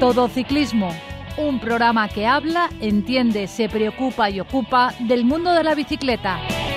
Todo Ciclismo, un programa que habla, entiende, se preocupa y ocupa del mundo de la bicicleta.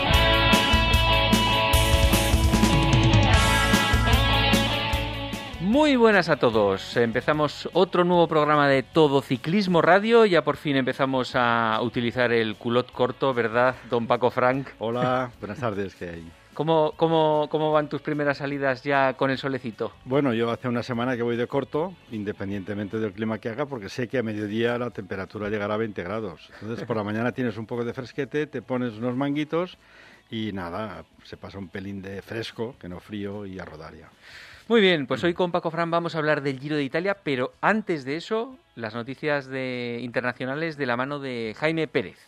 Muy buenas a todos. Empezamos otro nuevo programa de Todo Ciclismo Radio. Ya por fin empezamos a utilizar el culot corto, ¿verdad, don Paco Frank? Hola, buenas tardes, ¿qué hay? ¿Cómo van tus primeras salidas ya con el solecito? Bueno, yo hace una semana que voy de corto, independientemente del clima que haga, porque sé que a mediodía la temperatura llegará a 20 grados. Entonces, por la mañana tienes un poco de fresquete, te pones unos manguitos y nada, se pasa un pelín de fresco, que no frío, y a rodar ya. Muy bien, pues hoy con Paco Fran vamos a hablar del Giro de Italia, pero antes de eso, las noticias internacionales de la mano de Jaime Pérez.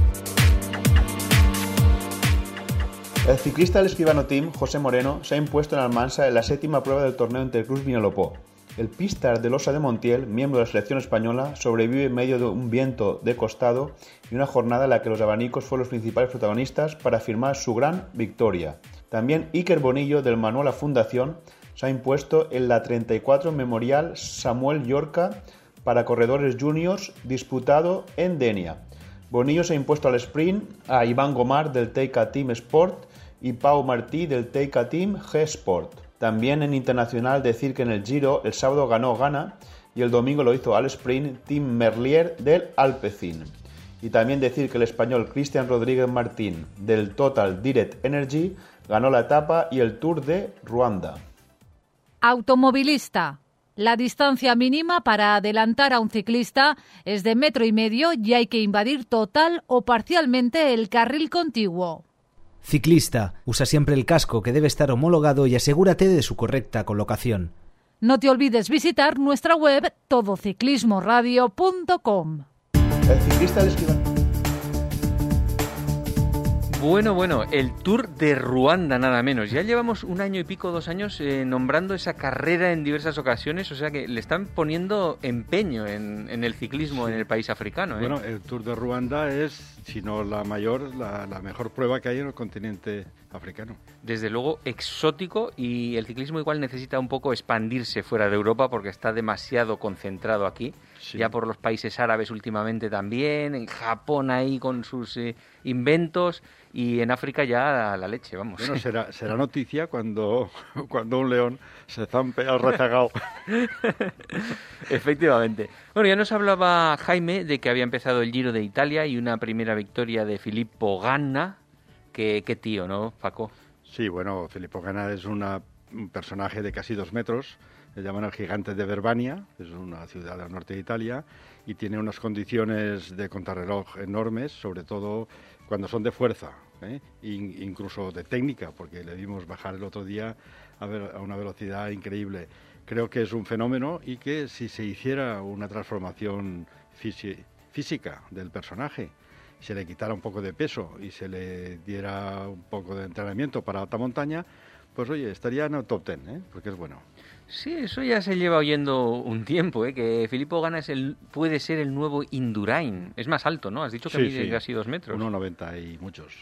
El ciclista del Escribano Team, José Moreno, se ha impuesto en Almansa en la séptima prueba del torneo Interclubs Vinalopó. El pista de Losa de Montiel, miembro de la selección española, sobrevive en medio de un viento de costado y una jornada en la que los abanicos fueron los principales protagonistas para firmar su gran victoria. También Iker Bonillo, del Manuela Fundación, se ha impuesto en la 34 Memorial Samuel Llorca para corredores juniors disputado en Denia. Bonillo se ha impuesto al sprint a Iván Gomar del Teica Team Sport y Pau Martí del Teica Team G-Sport. También en internacional decir que en el Giro el sábado ganó Ghana y el domingo lo hizo al sprint Team Merlier del Alpecin. Y también decir que el español Cristian Rodríguez Martín del Total Direct Energy ganó la etapa y el Tour de Ruanda. Automovilista. La distancia mínima para adelantar a un ciclista es de 1,5 metros y hay que invadir total o parcialmente el carril contiguo. Ciclista, usa siempre el casco que debe estar homologado y asegúrate de su correcta colocación. No te olvides visitar nuestra web todociclismoradio.com. El ciclista del Escribano. Bueno, el Tour de Ruanda nada menos. Ya llevamos 1 año y pico, 2 años nombrando esa carrera en diversas ocasiones, o sea que le están poniendo empeño en el ciclismo en el país africano. Bueno, el Tour de Ruanda es, si no la mayor, la mejor prueba que hay en el continente africano. Desde luego exótico, y el ciclismo igual necesita un poco expandirse fuera de Europa porque está demasiado concentrado aquí. Sí. Ya por los países árabes últimamente también, en Japón ahí con sus inventos, y en África ya la leche, vamos. Bueno, será noticia cuando un león se zampe al rezagado. Efectivamente. Bueno, ya nos hablaba Jaime de que había empezado el Giro de Italia y una primera victoria de Filippo Ganna. Qué tío, ¿no, Paco? Sí, bueno, Filippo Ganna es un personaje de casi 2 metros. Le llaman el gigante de Verbania, es una ciudad al norte de Italia, y tiene unas condiciones de contrarreloj enormes, sobre todo cuando son de fuerza, incluso de técnica, porque le vimos bajar el otro día a una velocidad increíble. Creo que es un fenómeno, y que si se hiciera una transformación física del personaje, se le quitara un poco de peso y se le diera un poco de entrenamiento para alta montaña, pues oye, estaría en el top 10, porque es bueno. Sí, eso ya se lleva oyendo un tiempo, que Filippo Ganna puede ser el nuevo Indurain. Es más alto, ¿no? Has dicho que mide casi 2 metros. 1,90 y muchos.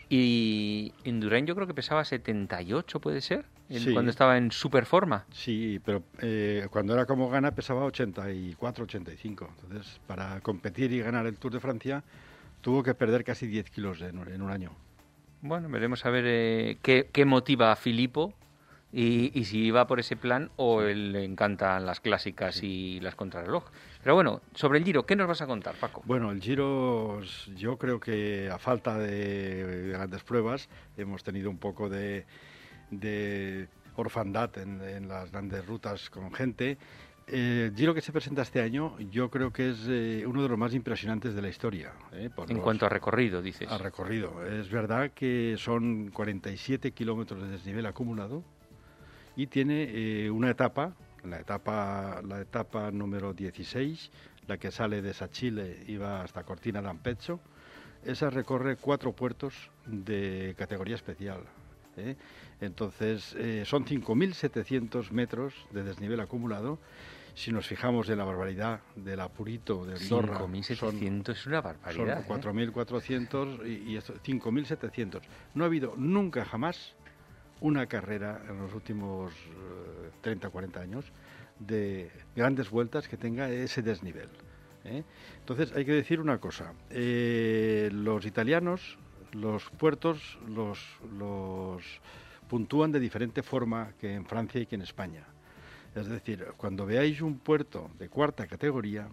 Y Indurain yo creo que pesaba 78, ¿puede ser? Sí. Cuando estaba en super forma. Sí, pero cuando era como Ganna pesaba 84, 85. Entonces, para competir y ganar el Tour de Francia, tuvo que perder casi 10 kilos en un año. Bueno, veremos a ver qué motiva a Filippo y si va por ese plan o le encantan las clásicas y las contrarreloj. Pero bueno, sobre el Giro, ¿qué nos vas a contar, Paco? Bueno, el Giro, yo creo que a falta de grandes pruebas hemos tenido un poco de orfandad en las grandes rutas con gente. El Giro que se presenta este año yo creo que es uno de los más impresionantes de la historia. Cuanto a recorrido, dices. A recorrido. Es verdad que son 47 kilómetros de desnivel acumulado y tiene una etapa, la etapa número 16, la que sale de Sacile y va hasta Cortina d'Ampezzo. Esa recorre 4 puertos de categoría especial. Entonces son 5.700 metros de desnivel acumulado. Si nos fijamos en la barbaridad del Apurito de Andorra, 5.700 es una barbaridad. Son 4.400 y 5.700. No ha habido nunca jamás una carrera en los últimos 30 o 40 años de grandes vueltas que tenga ese desnivel. Entonces hay que decir una cosa, los italianos, los puertos los puntúan de diferente forma que en Francia y que en España. Es decir, cuando veáis un puerto de cuarta categoría...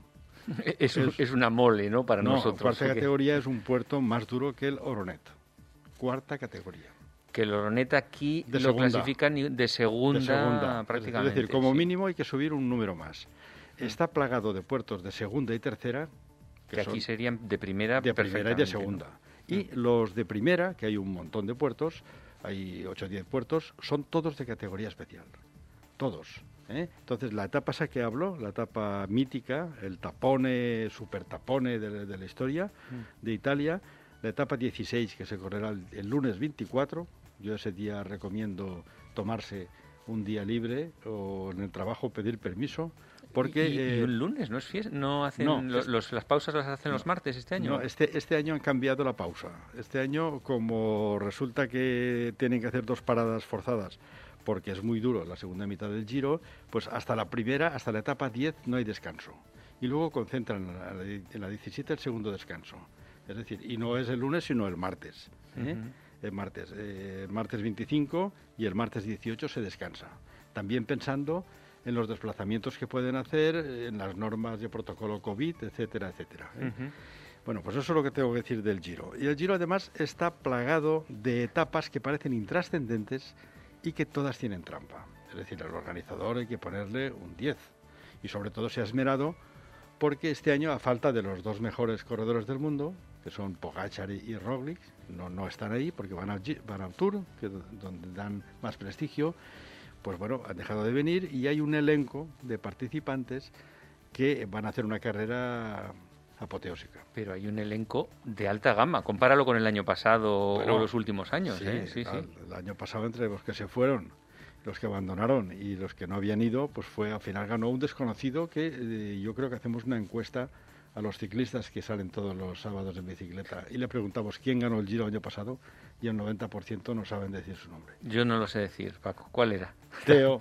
Es una mole, ¿no?, para nosotros. Cuarta categoría es un puerto más duro que el Oronet. Cuarta categoría. Que el Oronet aquí lo clasifican de segunda prácticamente. Es decir, como mínimo hay que subir un número más. Está plagado de puertos de segunda y tercera. Que aquí serían de primera. De primera y de segunda. ¿No? Y los de primera, que hay un montón de puertos, hay 8 o 10 puertos, son todos de categoría especial. Todos. Entonces, la etapa esa que hablo, la etapa mítica, el tapone, super tapone de la historia de Italia, la etapa 16, que se correrá el lunes 24, yo ese día recomiendo tomarse un día libre o en el trabajo pedir permiso, porque... ¿Y un lunes? ¿No es fiesta? ¿No hacen las pausas las hacen los martes este año? No, este año han cambiado la pausa. Este año, como resulta que tienen que hacer 2 paradas forzadas, porque es muy duro la segunda mitad del Giro, pues hasta la etapa 10 no hay descanso. Y luego concentran en la 17 el segundo descanso. Es decir, y no es el lunes, sino el martes. El martes 25 y el martes 18 se descansa. También pensando en los desplazamientos que pueden hacer, en las normas de protocolo COVID, etcétera, etcétera. Bueno, pues eso es lo que tengo que decir del Giro. Y el Giro además está plagado de etapas que parecen intrascendentes y que todas tienen trampa. Es decir, al organizador hay que ponerle un 10. Y sobre todo se ha esmerado porque este año, a falta de los 2 mejores corredores del mundo, que son Pogačar y Roglič, no están ahí porque van al Tour, que es donde dan más prestigio, pues bueno, han dejado de venir y hay un elenco de participantes que van a hacer una carrera apoteósica. Pero hay un elenco de alta gama, compáralo con el año pasado o los últimos años. Sí. El año pasado, entre los que se fueron, los que abandonaron y los que no habían ido, pues al final ganó un desconocido que yo creo que hacemos una encuesta a los ciclistas que salen todos los sábados en bicicleta y le preguntamos quién ganó el Giro el año pasado y el 90% no saben decir su nombre. Yo no lo sé decir, Paco. ¿Cuál era? Teo,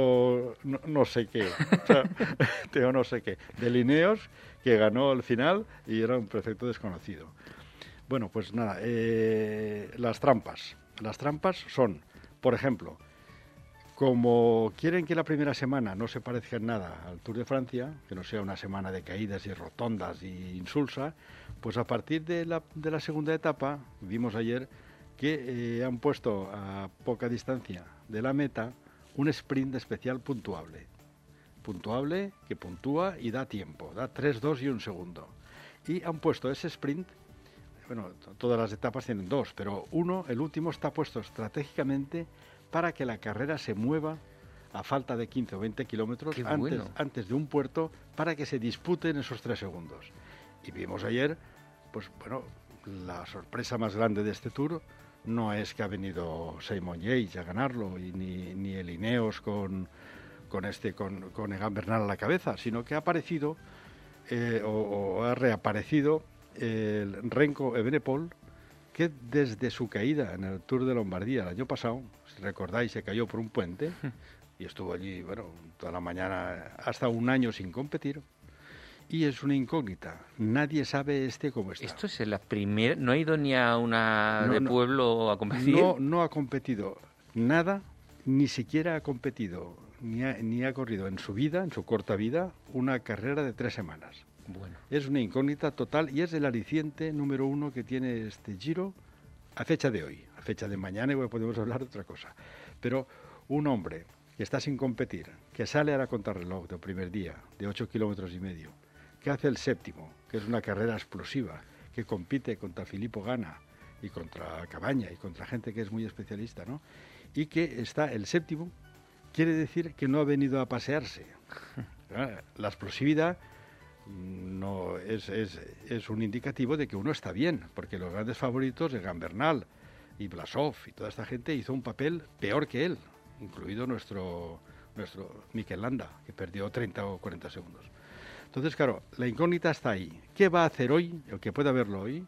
no sé qué. O sea, Teo no sé qué. De Lineos, que ganó al final y era un perfecto desconocido. Bueno, pues nada, las trampas. Las trampas son, por ejemplo, como quieren que la primera semana no se parezca en nada al Tour de Francia, que no sea una semana de caídas y rotondas y insulsa, pues a partir de la segunda etapa, vimos ayer que han puesto a poca distancia de la meta un sprint especial puntuable. Puntuable que puntúa y da tiempo, da 3, 2 y 1 segundo. Y han puesto ese sprint, bueno, todas las etapas tienen 2, pero el último está puesto estratégicamente para que la carrera se mueva a falta de 15 o 20 kilómetros antes de un puerto para que se disputen esos 3 segundos. Y vimos ayer, pues bueno, la sorpresa más grande de este Tour no es que ha venido Simon Yates a ganarlo y ni el Ineos con Egan Bernal a la cabeza, sino que ha aparecido o ha reaparecido el Renko Evenepoel, que desde su caída en el Tour de Lombardía el año pasado, si recordáis, se cayó por un puente y estuvo allí, bueno, toda la mañana, hasta un año sin competir, y es una incógnita. Nadie sabe cómo está. ¿Esto es la primera? ¿No ha ido ni a una pueblo a competir? No ha competido nada, ni siquiera ha competido, ni ha corrido en su vida, en su corta vida, una carrera de 3 semanas. Bueno. Es una incógnita total y es el aliciente número 1 que tiene este Giro a fecha de hoy. A fecha de mañana igual podemos hablar de otra cosa. Pero un hombre que está sin competir, que sale a la contrarreloj del primer día, de 8 kilómetros y medio, que hace el séptimo, que es una carrera explosiva, que compite contra Filippo Ganna y contra Cabaña y contra gente que es muy especialista, ¿no? Y que está el séptimo, quiere decir que no ha venido a pasearse. La explosividad no es un indicativo de que uno está bien, porque los grandes favoritos, Egan Bernal y Blasov y toda esta gente, hizo un papel peor que él, incluido nuestro Mikel Landa, que perdió 30 o 40 segundos. Entonces, claro, la incógnita está ahí. ¿Qué va a hacer hoy, el que pueda verlo hoy,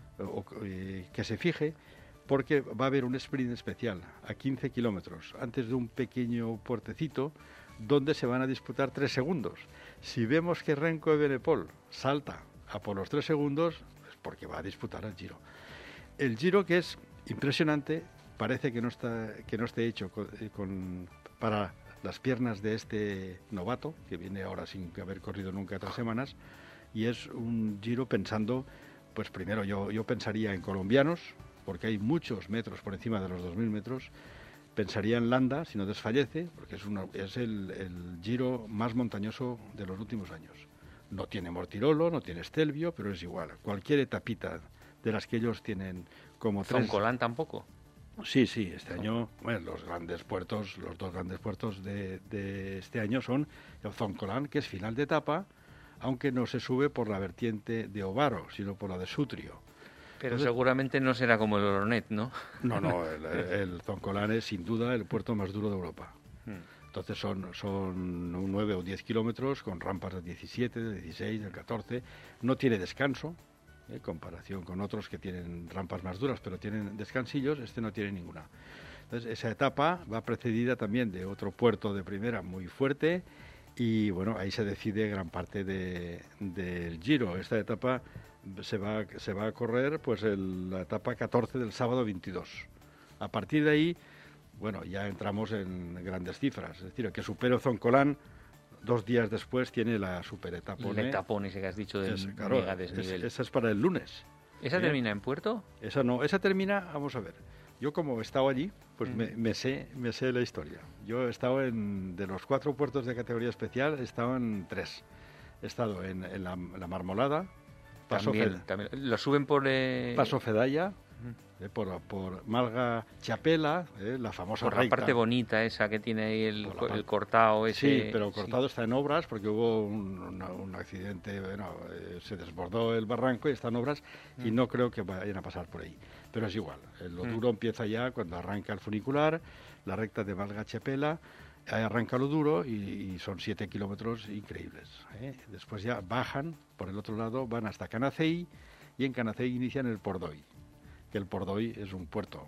que se fije, porque va a haber un sprint especial a 15 kilómetros, antes de un pequeño puertecito, donde se van a disputar 3 segundos. Si vemos que Renko Evenepoel salta a por los 3 segundos, es porque va a disputar el Giro. El Giro, que es impresionante, parece que no esté hecho para las piernas de este novato, que viene ahora sin haber corrido nunca 3 semanas, y es un Giro pensando, pues primero yo pensaría en colombianos, porque hay muchos metros por encima de los 2.000 metros. Pensaría en Landa, si no desfallece, porque es el Giro más montañoso de los últimos años. No tiene Mortirolo, no tiene Stelvio, pero es igual. Cualquier etapita de las que ellos tienen como 3... ¿Zoncolan tampoco? Sí, este año, bueno, los dos grandes puertos de este año son el Zoncolan, que es final de etapa, aunque no se sube por la vertiente de Ovaro, sino por la de Sutrio. Pero seguramente no será como el Oronet, ¿no? No, el Zoncolan es sin duda el puerto más duro de Europa. Entonces son 9 o 10 kilómetros con rampas de 17, de 16, de 14. No tiene descanso, en comparación con otros que tienen rampas más duras, pero tienen descansillos. Este no tiene ninguna. Entonces esa etapa va precedida también de otro puerto de primera muy fuerte y bueno, ahí se decide gran parte del Giro. Esta etapa se va a correr pues la etapa 14 del sábado 22. A partir de ahí, bueno, ya entramos en grandes cifras. Es decir, el que supere Zoncolan 2 días después tiene la superetapa. El etapón ese que has dicho del mega desnivel. Esa es para el lunes. ¿Esa termina en Puerto? Esa no, esa termina, vamos a ver. Yo como he estado allí, pues me sé la historia. Yo he estado de los 4 puertos de categoría especial, he estado en 3. He estado en la Marmolada, también. Lo suben por... Paso Fedaya, por Malga Chapela, la famosa por la recta. parte bonita esa que tiene ahí el cortado ese. Sí, pero el cortado está en obras porque hubo un accidente, bueno, se desbordó el barranco y está en obras y no creo que vayan a pasar por ahí. Pero es igual, lo duro empieza ya cuando arranca el funicular, la recta de Malga Chapela, ahí arranca lo duro y son 7 kilómetros increíbles. Después ya bajan por el otro lado, van hasta Canacei y en Canacei inician el Pordoy. Que el Pordoy es un puerto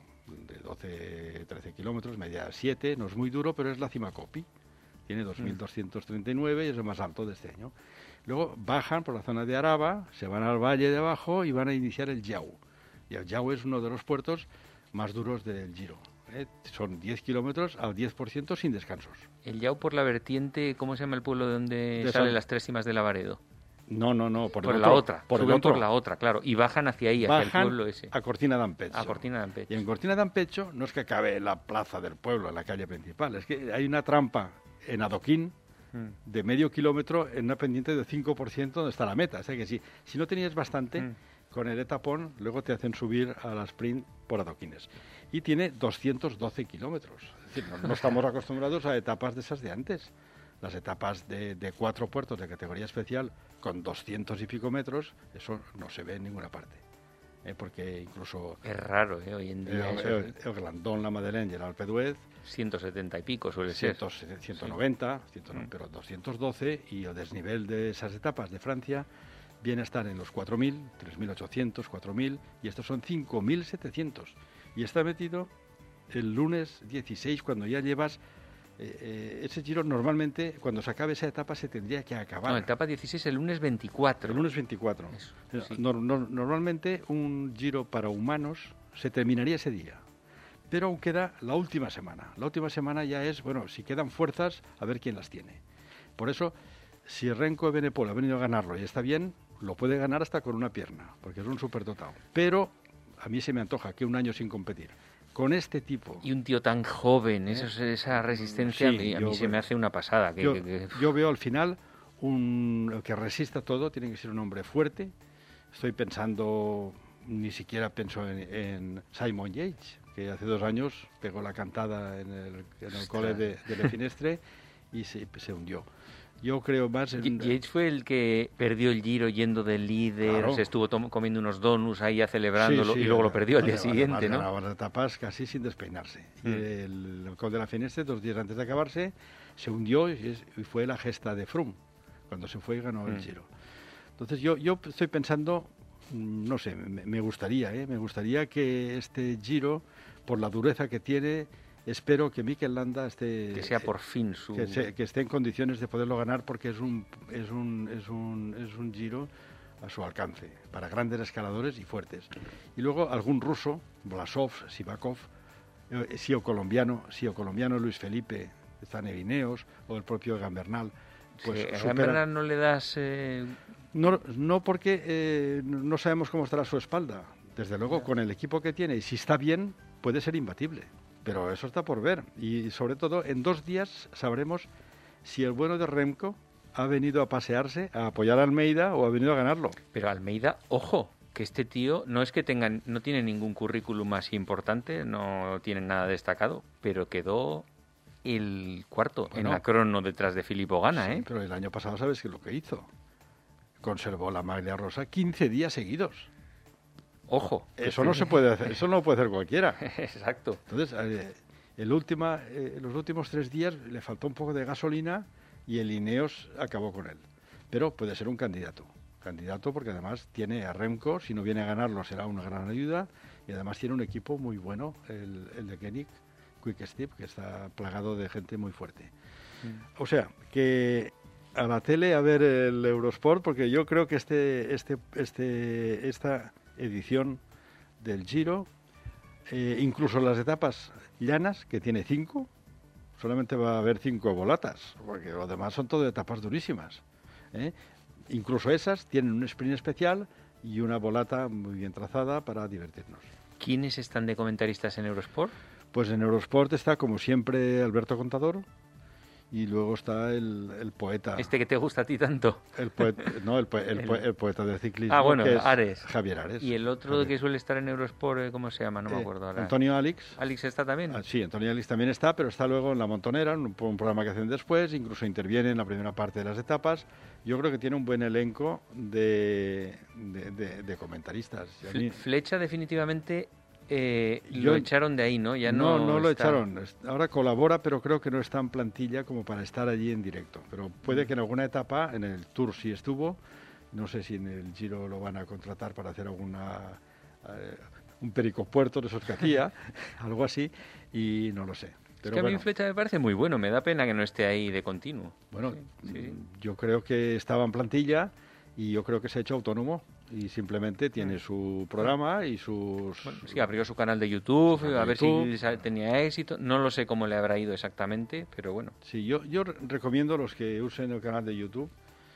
de 13 kilómetros, media 7, no es muy duro, pero es la cima Copi. Tiene 2.239 y es el más alto de este año. Luego bajan por la zona de Araba, se van al valle de abajo y van a iniciar el Jau. Y el Jau es uno de los puertos más duros del Giro. Son 10 kilómetros al 10% sin descansos. El Jau por la vertiente, ¿cómo se llama el pueblo de donde salen las 3 cimas de Lavaredo? No, por la otra. Suben por la otra, claro. Y bajan hacia ahí, hacia el pueblo ese. A Cortina d'Ampezzo. A Cortina d'Ampezzo. Y en Cortina d'Ampezzo no es que acabe en la plaza del pueblo, en la calle principal. Es que hay una trampa en adoquín de medio kilómetro en una pendiente de 5% donde está la meta. O sea que si no tenías bastante, con el etapón luego te hacen subir a la sprint por adoquines. Y tiene 212 kilómetros. Es decir, no estamos acostumbrados a etapas de esas de antes. Las etapas de 4 puertos de categoría especial con 200 y pico metros, eso no se ve en ninguna parte. Porque incluso... Es raro, hoy en día. El Glandón, la Madeleine y el Alpe d'Huez... 170 y pico suele ser. 190, pero 212, y el desnivel de esas etapas de Francia viene a estar en los 4.000, 3.800, 4.000, y estos son 5.700. Y está metido el lunes 16, cuando ya llevas... ese Giro normalmente, cuando se acabe esa etapa, se tendría que acabar. No, etapa 16 el lunes 24. El lunes 24. Eso, sí. Normalmente un Giro para humanos se terminaría ese día. Pero aún queda la última semana. La última semana ya es, bueno, si quedan fuerzas, a ver quién las tiene. Por eso, si Renko Evenepoel ha venido a ganarlo y está bien, lo puede ganar hasta con una pierna, porque es un superdotado. Pero a mí se me antoja que un año sin competir, con este tipo... Y un tío tan joven, esa resistencia, sí, a mí se me hace una pasada. Yo veo al final, el que resista todo tiene que ser un hombre fuerte. Estoy pensando, ni siquiera pienso en Simon Yates, que hace 2 años pegó la cantada en el cole de Le Finestre y se hundió. Yo creo más en... Yates fue el que perdió el Giro yendo del líder, claro. Se estuvo comiendo unos donuts ahí celebrándolo, sí, y luego lo perdió al día siguiente, ¿no? Ganaba las etapas casi sin despeinarse. Y el Col de la Finestre, 2 días antes de acabarse, se hundió y fue la gesta de Froome, cuando se fue y ganó el Giro. Entonces yo estoy pensando, no sé, me gustaría que este Giro, por la dureza que tiene, espero que Mikel Landa esté... Que sea por fin su... Que esté en condiciones de poderlo ganar, porque es un Giro a su alcance, para grandes escaladores y fuertes. Y luego algún ruso, Blasov, Sivakov, Sio colombiano Luis Felipe, están Ineos, o el propio Gambernal. Pues ¿A Gambernal no le das...? No, porque no sabemos cómo estará su espalda. Desde luego, con el equipo que tiene, y si está bien, puede ser imbatible. Pero eso está por ver. Y sobre todo, en 2 días sabremos si el bueno de Remco ha venido a pasearse, a apoyar a Almeida, o ha venido a ganarlo. Pero Almeida, ojo, que este tío no es que no tiene ningún currículum más importante, no tiene nada destacado, pero quedó el cuarto en la crono detrás de Filippo Ganna, sí, pero el año pasado, ¿sabes qué es lo que hizo? Conservó la maglia rosa 15 días seguidos. Ojo. Eso no se puede hacer, eso no lo puede hacer cualquiera. Exacto. Entonces, los últimos 3 días le faltó un poco de gasolina y el Ineos acabó con él. Pero puede ser un candidato porque además tiene a Remco, si no viene a ganarlo será una gran ayuda, y además tiene un equipo muy bueno, el de Koenig, Quick Step, que está plagado de gente muy fuerte. O sea, que a la tele a ver el Eurosport, porque yo creo que esta edición del Giro, incluso las etapas llanas, que tiene 5, solamente va a haber 5 volatas, porque los demás son todo etapas durísimas. Incluso esas tienen un sprint especial y una volata muy bien trazada para divertirnos. ¿Quiénes están de comentaristas en Eurosport? Pues en Eurosport está, como siempre, Alberto Contador, y luego está el poeta. ¿Este que te gusta a ti tanto? El poeta del ciclismo, que es Ares. Javier Ares. ¿Y el otro que suele estar en Eurosport, cómo se llama? No me acuerdo ahora. Antonio Alix. ¿Alix está también? Sí, Antonio Alix también está, pero está luego en La Montonera, un programa que hacen después, incluso interviene en la primera parte de las etapas. Yo creo que tiene un buen elenco de comentaristas. Flecha definitivamente... lo echaron de ahí, ¿no? Ya no lo echaron. Ahora colabora, pero creo que no está en plantilla como para estar allí en directo. Pero puede que en alguna etapa, en el Tour sí estuvo. No sé si en el Giro lo van a contratar para hacer un pericopuerto de esos que hacía, algo así, y no lo sé. Pero es que a mí Flecha me parece muy bueno. Me da pena que no esté ahí de continuo. Bueno, sí. Yo creo que estaba en plantilla y yo creo que se ha hecho autónomo. Y simplemente tiene su programa y sus... Bueno, sí, abrió su canal de YouTube, a ver si tenía éxito. No lo sé cómo le habrá ido exactamente, pero bueno. Sí, yo recomiendo a los que usen el canal de YouTube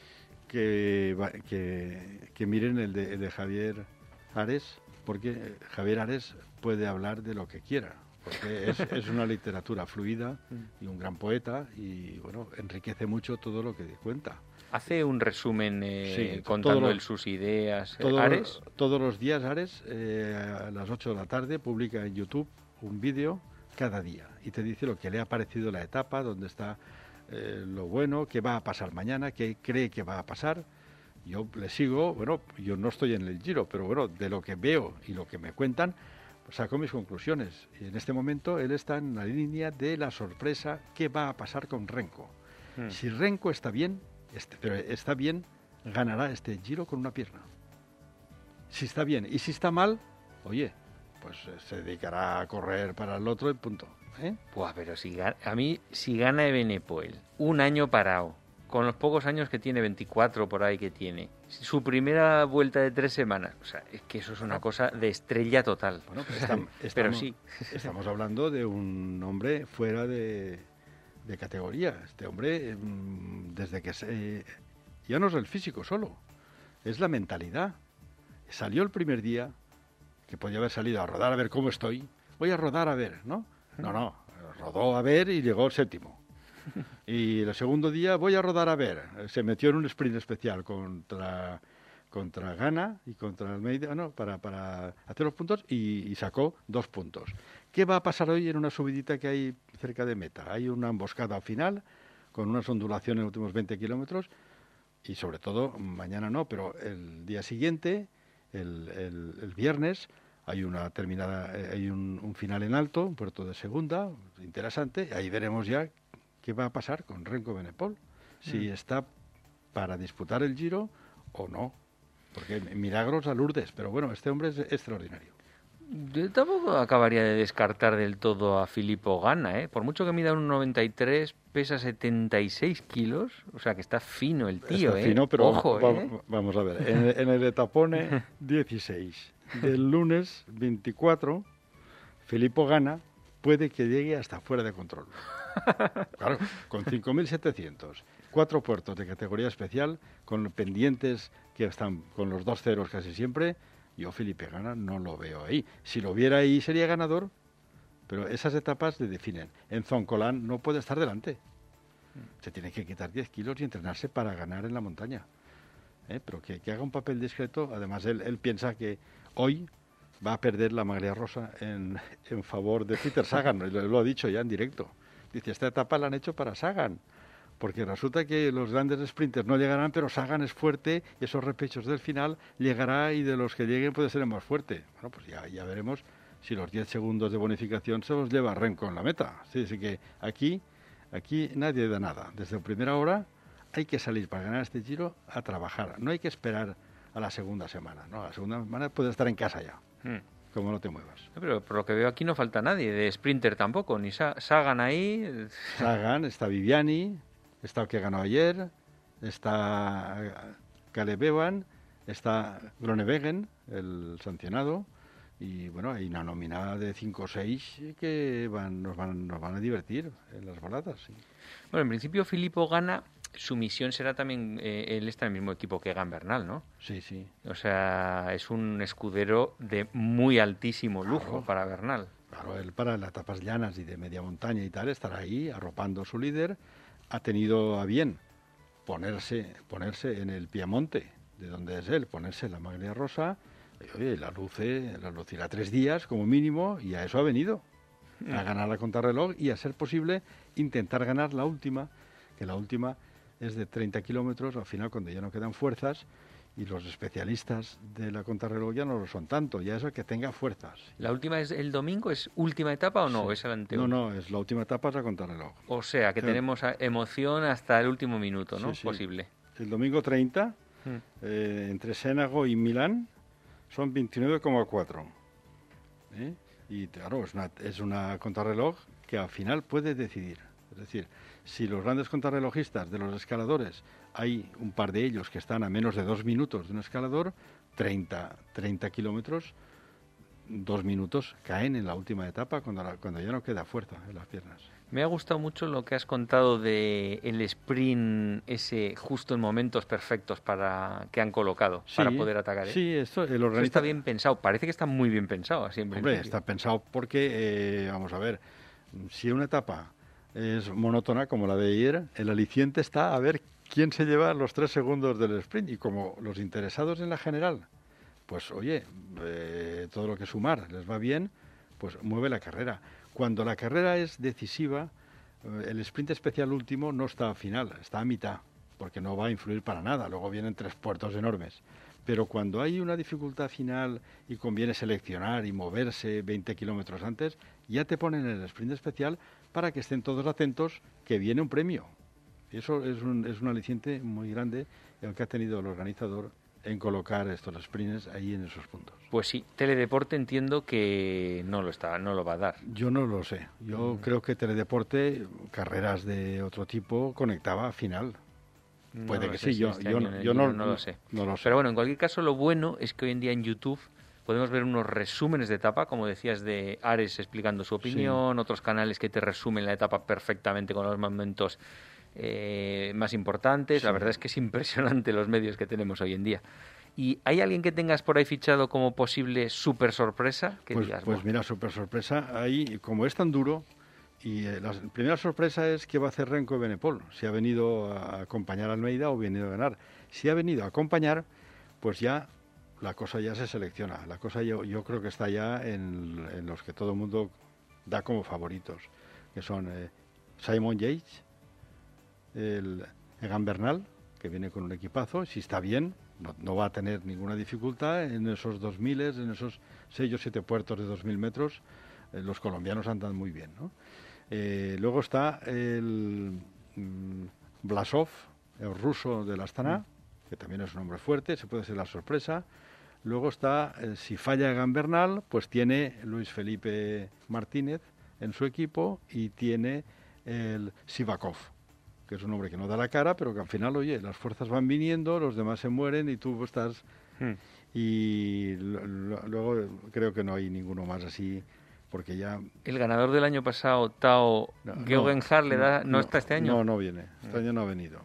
que miren el de Javier Ares, porque Javier Ares puede hablar de lo que quiera, porque es una literatura fluida y un gran poeta y, bueno, enriquece mucho todo lo que cuenta. Hace un resumen contando sus ideas. ¿Ares? Todos los días Ares, a las 8 de la tarde, publica en YouTube un vídeo cada día y te dice lo que le ha parecido la etapa, dónde está lo bueno, qué va a pasar mañana, qué cree que va a pasar. Yo le sigo, bueno, yo no estoy en el Giro, pero bueno, de lo que veo y lo que me cuentan, pues saco mis conclusiones. Y en este momento él está en la línea de la sorpresa, qué va a pasar con Remco. Si Remco está bien, pero está bien, ganará este Giro con una pierna. Si está bien. Y si está mal, oye, pues se dedicará a correr para el otro y punto. Buah, pero si gana Evenepoel, un año parado, con los pocos años que tiene, 24 por ahí que tiene, su primera vuelta de 3 semanas, o sea, es que eso es una cosa de estrella total. Bueno, pero sí. Estamos hablando de un hombre fuera de categoría. Este hombre, desde que ya no es el físico solo, es la mentalidad. Salió el primer día, que podía haber salido a rodar a ver cómo estoy, voy a rodar a ver, ¿no? No, rodó a ver y llegó el 7º. Y el segundo día voy a rodar a ver, se metió en un sprint especial contra Ganna y contra Almeida, para hacer los puntos y sacó 2 puntos. ¿Qué va a pasar hoy en una subidita que hay cerca de meta? Hay una emboscada al final, con unas ondulaciones en los últimos 20 kilómetros, y sobre todo, mañana no, pero el día siguiente, el viernes, hay un final en alto, un puerto de segunda, interesante, y ahí veremos ya qué va a pasar con Remco Evenepoel, si está para disputar el Giro o no. Porque milagros a Lourdes, pero bueno, este hombre es extraordinario. Yo tampoco acabaría de descartar del todo a Filippo Ganna, ¿eh? Por mucho que mida 1,93, pesa 76 kilos, o sea que está fino el tío, está fino, pero ojo, vamos a ver, en el etapone 16 del lunes 24, Filippo Ganna puede que llegue hasta fuera de control. Claro, con 5.700, 4 puertos de categoría especial, con pendientes que están con los 2 ceros casi siempre. Yo Filippo Ganna no lo veo ahí. Si lo viera ahí sería ganador, pero esas etapas le definen. En Zoncolan no puede estar delante. Se tiene que quitar 10 kilos y entrenarse para ganar en la montaña. Pero que haga un papel discreto. Además, él piensa que hoy va a perder la maglia rosa en favor de Peter Sagan. Lo ha dicho ya en directo. Dice, esta etapa la han hecho para Sagan. Porque resulta que los grandes sprinters no llegarán, pero Sagan es fuerte, y esos repechos del final llegará, y de los que lleguen puede ser el más fuerte. Bueno, pues ya veremos si los 10 segundos de bonificación se los lleva Renko en la meta. Sí, así que aquí nadie da nada. Desde la primera hora hay que salir para ganar este Giro a trabajar. No hay que esperar a la segunda semana. No, la segunda semana puedes estar en casa ya. Como no te muevas. Pero por lo que veo aquí no falta nadie, de sprinter tampoco, ni Sagan ahí. Sagan, está Viviani, está el que ganó ayer, está Caleb Ewan, está Groenewegen, el sancionado, y bueno, hay una nómina de 5 o 6 que nos van a divertir en las baladas. Sí. Bueno, en principio Filippo Ganna, su misión será también, él está en el mismo equipo que Egan Bernal, ¿no? Sí, sí. O sea, es un escudero de muy altísimo lujo para Bernal. Claro, él para las etapas llanas y de media montaña y tal estará ahí arropando a su líder. Ha tenido a bien ponerse en el Piamonte, de donde es él, ponerse la maglia rosa, y, oye, la lucirá 3 días como mínimo, y a eso ha venido, a ganar la contrarreloj y a ser posible intentar ganar la última, que la última es de 30 kilómetros, al final cuando ya no quedan fuerzas, y los especialistas de la contrarreloj ya no lo son tanto, ya eso que tenga fuerzas. ¿La última es el domingo? ¿Es última etapa o no? Sí. ¿Es el anteúltimo? No, es la última etapa, es la contrarreloj. O sea, que tenemos emoción hasta el último minuto, ¿no? Sí. Posible. El domingo 30, entre Sénago y Milán, son 29,4. Y claro, es una contrarreloj que al final puede decidir. Es decir, si los grandes contrarrelojistas de los escaladores, hay un par de ellos que están a menos de 2 minutos de un escalador, 30 kilómetros, 2 minutos caen en la última etapa cuando ya no queda fuerza en las piernas. Me ha gustado mucho lo que has contado de el sprint ese justo en momentos perfectos que han colocado para poder atacar. Sí, esto está bien pensado. Parece que está muy bien pensado. Así en Hombre, está pensado porque, vamos a ver, si una etapa es monótona como la de ayer, el aliciente está a ver quién se lleva los 3 segundos del sprint. Y como los interesados en la general, pues oye, todo lo que sumar les va bien, pues mueve la carrera. Cuando la carrera es decisiva, el sprint especial último no está a final, está a mitad, porque no va a influir para nada. Luego vienen 3 puertos enormes. Pero cuando hay una dificultad final y conviene seleccionar y moverse 20 kilómetros antes, ya te ponen el sprint especial para que estén todos atentos, que viene un premio. Y eso es un aliciente muy grande el que ha tenido el organizador en colocar estos sprints ahí en esos puntos. Pues sí, Teledeporte entiendo que no lo va a dar. Yo no lo sé. Yo creo que Teledeporte, carreras de otro tipo, conectaba a final. Puede que sí, yo no lo sé. Pero bueno, en cualquier caso, lo bueno es que hoy en día en YouTube podemos ver unos resúmenes de etapa, como decías, de Ares explicando su opinión, otros canales que te resumen la etapa perfectamente con los momentos más importantes. La verdad es que es impresionante los medios que tenemos hoy en día. ¿Y hay alguien que tengas por ahí fichado como posible super sorpresa? Pues mira, super sorpresa, ahí como es tan duro, y la primera sorpresa es que va a hacer Renko Benepol, si ha venido a acompañar a Almeida o ha venido a ganar. Si ha venido a acompañar, pues ya la cosa ya se selecciona. La cosa yo creo que está ya en los que todo el mundo da como favoritos, que son Simon Yates, el Egan Bernal, que viene con un equipazo, si está bien, no va a tener ninguna dificultad en esos 2000, en esos 6 o 7 puertos de 2000 metros, los colombianos andan muy bien, ¿no? Luego está el Blasov, el ruso del Astana, que también es un hombre fuerte, se puede ser la sorpresa. Luego está, si falla Egan Bernal, pues tiene Luis Felipe Martínez en su equipo y tiene el Sivakov, que es un hombre que no da la cara, pero que al final, oye, las fuerzas van viniendo, los demás se mueren y tú estás... Y luego creo que no hay ninguno más así, porque ya... El ganador del año pasado, Tao Geoghegan, ¿no está este año? No viene, este año no ha venido.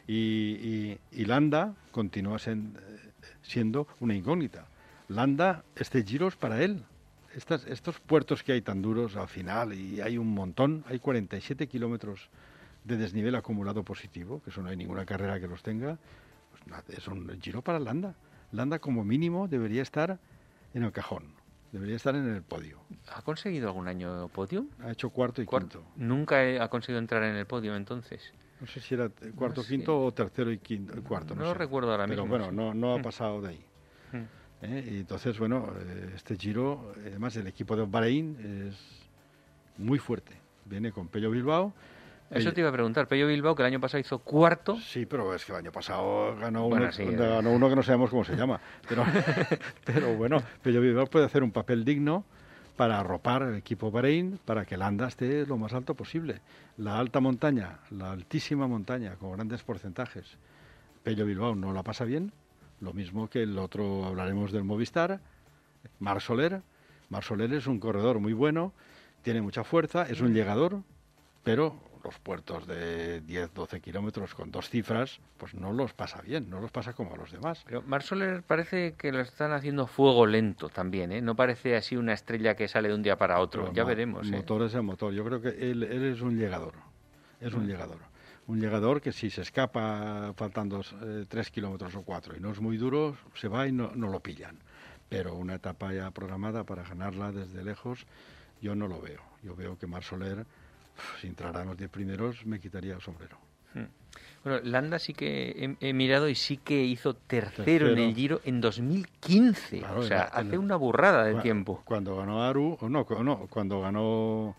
Y Landa continúa siendo una incógnita. Landa, este Giro es para él. Estos puertos que hay tan duros al final, y hay un montón, hay 47 kilómetros de desnivel acumulado positivo, que eso no hay ninguna carrera que los tenga, pues nada, es un Giro para Landa. Landa como mínimo debería estar en el cajón, debería estar en el podio. ¿Ha conseguido algún año podio? Ha hecho cuarto y quinto. Nunca ha conseguido entrar en el podio entonces. No sé si era cuarto, quinto o tercero y cuarto. No lo recuerdo ahora mismo. Pero bueno, no ha pasado de ahí. Y entonces, bueno, este Giro, además el equipo de Bahrein es muy fuerte. Viene con Pello Bilbao. Eso te iba a preguntar. Pello Bilbao, que el año pasado hizo cuarto. Sí, pero es que el año pasado ganó, ganó uno que no sabemos cómo se llama. Pero bueno, Pello Bilbao puede hacer un papel digno para arropar el equipo Bahrein, para que Landa esté lo más alto posible. La alta montaña, la altísima montaña, con grandes porcentajes. Pello Bilbao no la pasa bien. Lo mismo que el otro, hablaremos del Movistar, Marc Soler. Marc Soler es un corredor muy bueno, tiene mucha fuerza, es un llegador, pero los puertos de 10, 12 kilómetros con 2 cifras, pues no los pasa bien, no los pasa como a los demás. Pero Marc Soler parece que lo están haciendo fuego lento también, ¿eh? No parece así una estrella que sale de un día para otro, pero ya veremos. El motor es el motor, yo creo que él es un llegador, un llegador. Un llegador que si se escapa faltando 3 kilómetros o 4 y no es muy duro, se va y no lo pillan. Pero una etapa ya programada para ganarla desde lejos, yo no lo veo. Yo veo que Marc Soler, si entrara en los 10 primeros, me quitaría el sombrero. Bueno, Landa sí que he mirado y sí que hizo tercero en el Giro en 2015. Claro, o sea, hace una burrada de tiempo. Cuando ganó Aru, cuando ganó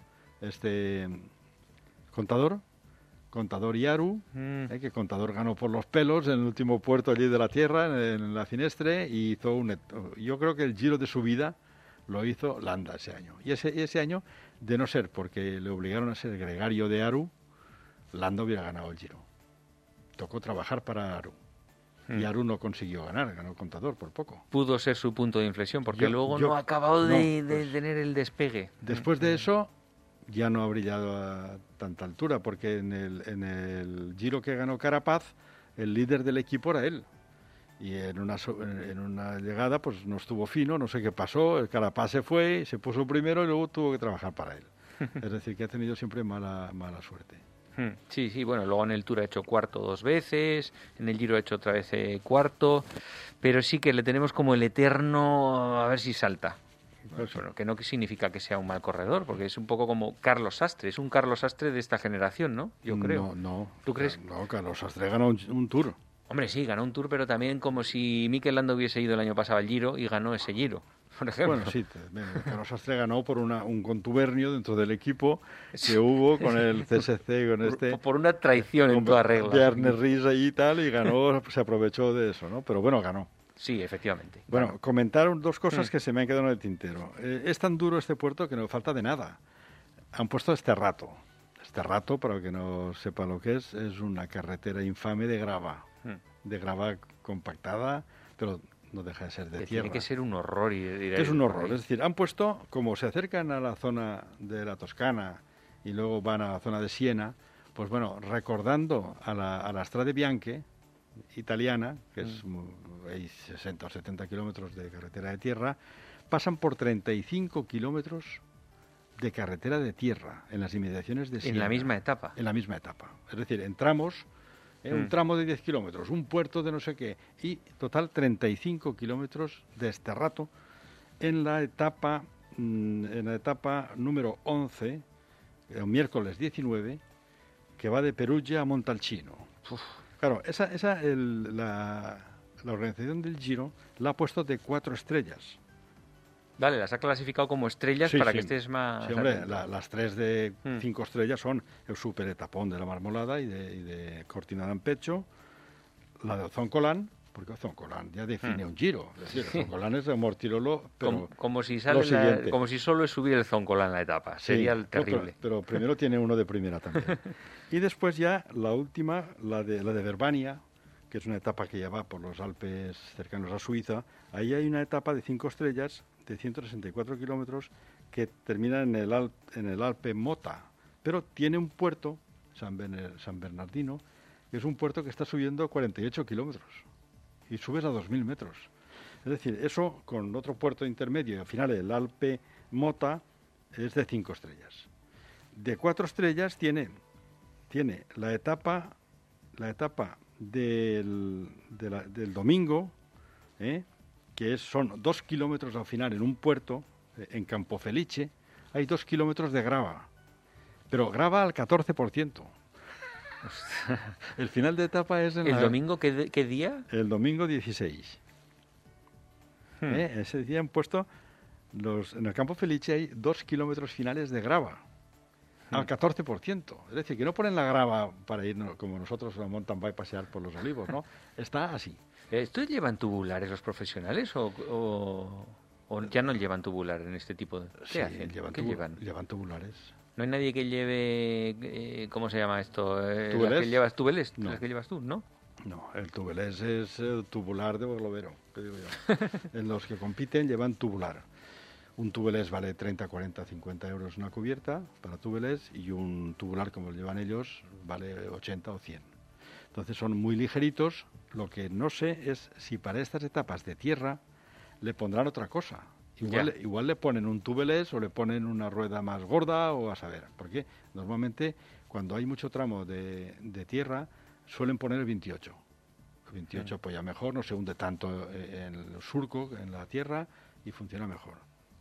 Contador y Aru, que Contador ganó por los pelos en el último puerto allí de la tierra, en la Finestre, y hizo yo creo que el Giro de su vida lo hizo Landa ese año. Y ese año, de no ser porque le obligaron a ser gregario de Aru, Landa hubiera ganado el Giro. Tocó trabajar para Aru. Y Aru no consiguió ganar, ganó Contador por poco. Pudo ser su punto de inflexión, porque luego no ha acabado de tener el despegue. Después de eso, ya no ha brillado a tanta altura, porque en el Giro que ganó Carapaz, el líder del equipo era él. Y en una llegada pues no estuvo fino, no sé qué pasó, el Carapaz se fue, se puso primero y luego tuvo que trabajar para él. Es decir, que ha tenido siempre mala suerte. Sí, bueno, luego en el Tour ha hecho cuarto 2 veces, en el Giro ha hecho otra vez cuarto, pero sí que le tenemos como el eterno a ver si salta. Bueno, que no significa que sea un mal corredor, porque es un poco como Carlos Sastre, es un Carlos Sastre de esta generación, ¿no? Yo creo. No. ¿Tú crees? No, Carlos Sastre ganó un Tour. Hombre, sí, ganó un Tour, pero también como si Mikel Landa hubiese ido el año pasado al Giro y ganó ese Giro, por ejemplo. Bueno, sí, Carlos Sastre ganó por un contubernio dentro del equipo que hubo con el CSC, por una traición en toda regla. De Arne Ries ahí y tal, y ganó, se aprovechó de eso, ¿no? Pero bueno, ganó. Sí, efectivamente. Bueno, comentar 2 cosas que se me han quedado en el tintero. Es tan duro este puerto que no falta de nada. Han puesto Sterrato. Sterrato, para el que no sepa lo que es una carretera infame de grava. De grava compactada, pero no deja de ser de tierra. Tiene que ser un horror. Es un horror. Es decir, han puesto, como se acercan a la zona de la Toscana y luego van a la zona de Siena, pues bueno, recordando a la Strade Bianche italiana, que hay 60 o 70 kilómetros de carretera de tierra, pasan por 35 kilómetros de carretera de tierra en las inmediaciones de Siena. En la misma etapa. En la misma etapa. Es decir, entramos un tramo de 10 kilómetros, un puerto de no sé qué, y total 35 kilómetros de Sterrato en la etapa número 11, el miércoles 19, que va de Perugia a Montalcino. Claro, la organización del Giro la ha puesto de 4 estrellas. Vale, las ha clasificado como estrellas para que estés más... Sí, hombre, las 3 de 5 estrellas son el super etapón de la Marmolada y de Cortina d'Ampezzo, la de Zoncolan porque Zoncolán ya define un Giro. Es decir, Zoncolán es de Mortirolo, pero como si como si solo es subir el Zoncolán la etapa. Sería el terrible. Pero primero tiene uno de primera también. Y después ya la última, la de Verbania, que es una etapa que ya va por los Alpes cercanos a Suiza. Ahí hay una etapa de 5 estrellas de 164 kilómetros que termina en el Alpe Mota, pero tiene un puerto, San Bernardino, que es un puerto que está subiendo 48 kilómetros y subes a 2.000 metros. Es decir, eso con otro puerto intermedio y al final el Alpe Mota es de 5 estrellas. De 4 estrellas tiene la etapa del domingo, que son 2 kilómetros al final en un puerto, en Campofelice, hay 2 kilómetros de grava, pero grava al 14%. El final de etapa es ¿El domingo qué día? El domingo 16. Ese día han puesto en el Campofelice hay 2 kilómetros finales de grava al 14%. Es decir, que no ponen la grava para ir como nosotros a mountain bike pasear por los olivos, ¿no? Está así. ¿Estos llevan tubulares los profesionales o ya no llevan tubular en este tipo de...? ¿Qué hacen? ¿Qué llevan? Llevan tubulares. ¿No hay nadie que lleve... ¿cómo se llama esto? ¿Tubelés? ¿Las que llevas tubeles? No. ¿Las que llevas tú, no? No, el tubelés es el tubular de Globero, que digo yo. En los que compiten llevan tubular. Un tubelés vale 30, 40, 50 euros una cubierta para tubelés y un tubular, como lo llevan ellos, vale 80 o 100. Entonces son muy ligeritos. Lo que no sé es si para estas etapas de tierra le pondrán otra cosa. Igual le ponen un tubelés o le ponen una rueda más gorda o a saber. Porque normalmente cuando hay mucho tramo de tierra suelen poner el 28. El 28 apoya mejor, no se hunde tanto en el surco, en la tierra y funciona mejor.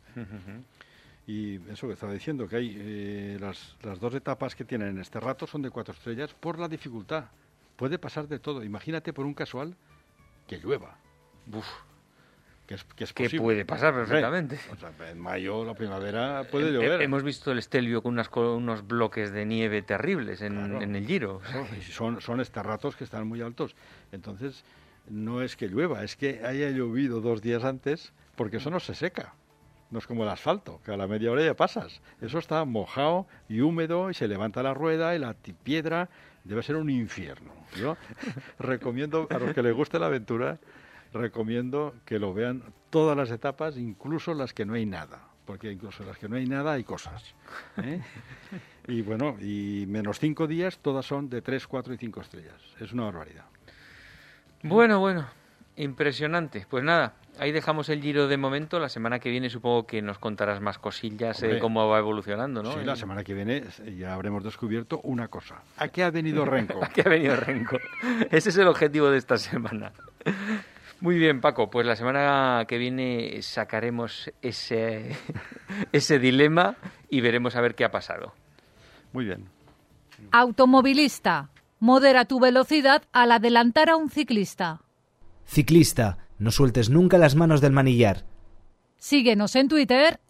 Y eso que estaba diciendo, que hay las 2 etapas que tienen en este rato son de 4 estrellas por la dificultad. Puede pasar de todo. Imagínate por un casual que llueva. Uf. Que es posible. Que puede pasar perfectamente. O sea, en mayo, la primavera, puede llover. Hemos visto el Stelvio con unos bloques de nieve terribles en el Giro. Son esterratos que están muy altos. Entonces, no es que llueva, es que haya llovido 2 días antes, porque eso no se seca. No es como el asfalto, que a la media hora ya pasas. Eso está mojado y húmedo y se levanta la rueda y la piedra debe ser un infierno. Yo recomiendo, a los que les guste la aventura, recomiendo que lo vean todas las etapas, incluso las que no hay nada. Porque incluso las que no hay nada hay cosas. Y bueno, y menos 5 días, todas son de 3, 4 y 5 estrellas. Es una barbaridad. Bueno. Impresionante. Pues nada, ahí dejamos el Giro de momento. La semana que viene supongo que nos contarás más cosillas, cómo va evolucionando, ¿no? Sí, la semana que viene ya habremos descubierto una cosa. ¿A qué ha venido Renko? ¿A qué ha venido Renko? Ese es el objetivo de esta semana. Muy bien, Paco. Pues la semana que viene sacaremos ese dilema y veremos a ver qué ha pasado. Muy bien. Automovilista. Modera tu velocidad al adelantar a un ciclista. Ciclista, no sueltes nunca las manos del manillar. Síguenos en Twitter,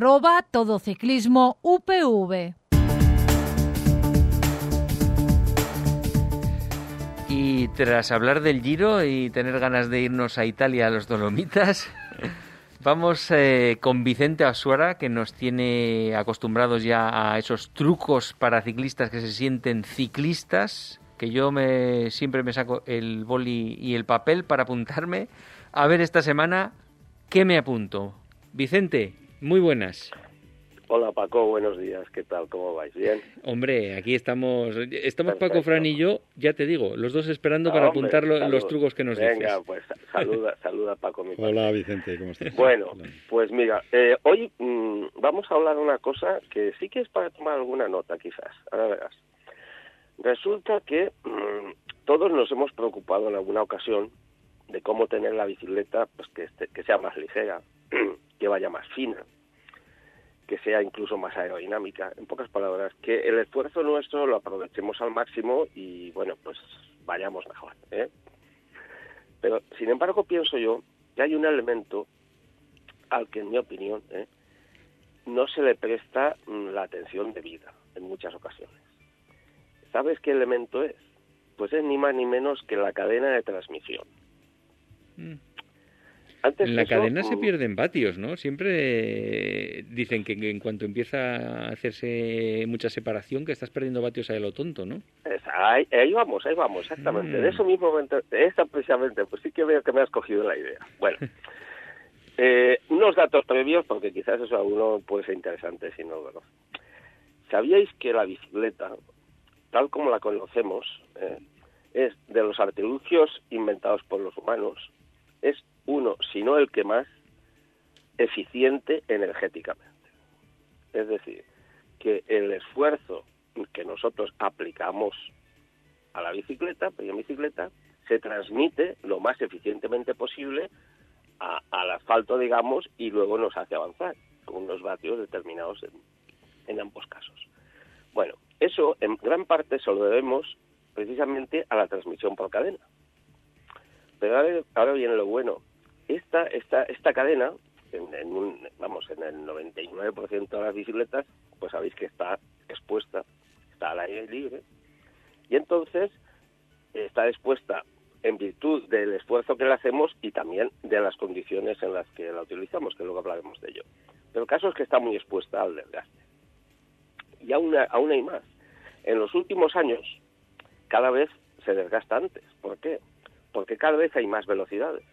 @todociclismoupv. Y tras hablar del Giro y tener ganas de irnos a Italia a los Dolomitas, vamos con Vicente Azuara, que nos tiene acostumbrados ya a esos trucos para ciclistas que se sienten ciclistas, que yo siempre me saco el boli y el papel para apuntarme. A ver esta semana, ¿qué me apunto? Vicente, muy buenas. Hola Paco, buenos días, ¿qué tal? ¿Cómo vais? ¿Bien? Hombre, aquí estamos Paco, Fran y yo, ya te digo, los dos esperando para apuntar los trucos que nos dices. Venga, pues saluda Paco. Mi Hola Vicente, ¿cómo estás? Bueno, pues mira, hoy vamos a hablar de una cosa que sí que es para tomar alguna nota quizás, ahora verás. Resulta que todos nos hemos preocupado en alguna ocasión de cómo tener la bicicleta pues que sea más ligera, que vaya más fina, que sea incluso más aerodinámica. En pocas palabras, que el esfuerzo nuestro lo aprovechemos al máximo y, bueno, pues vayamos mejor, ¿eh? Pero, sin embargo, pienso yo que hay un elemento al que, en mi opinión, no se le presta la atención debida en muchas ocasiones. ¿Sabes qué elemento es? Pues es ni más ni menos que la cadena de transmisión. Antes en la eso, cadena se pierden vatios, ¿no? Siempre dicen que en cuanto empieza a hacerse mucha separación, que estás perdiendo vatios a lo tonto, ¿no? Ahí vamos, exactamente. De eso mismo, esta precisamente, pues sí que veo que me has cogido la idea. Bueno, unos datos previos, porque quizás eso a uno puede ser interesante si no lo conoce. ¿Sabíais que la bicicleta, tal como la conocemos, es de los artilugios inventados por los humanos, es uno, si no el que más, eficiente energéticamente? Es decir, que el esfuerzo que nosotros aplicamos a la bicicleta, pequeña bicicleta, se transmite lo más eficientemente posible al asfalto, digamos, y luego nos hace avanzar con unos vatios determinados en ambos casos. Bueno, eso en gran parte se lo debemos precisamente a la transmisión por cadena. Pero ahora viene lo bueno. Esta cadena, en el 99% de las bicicletas, pues sabéis que está expuesta, está al aire libre, y entonces está expuesta en virtud del esfuerzo que le hacemos y también de las condiciones en las que la utilizamos, que luego hablaremos de ello. Pero el caso es que está muy expuesta al desgaste. Y aún hay más. En los últimos años, cada vez se desgasta antes. ¿Por qué? Porque cada vez hay más velocidades.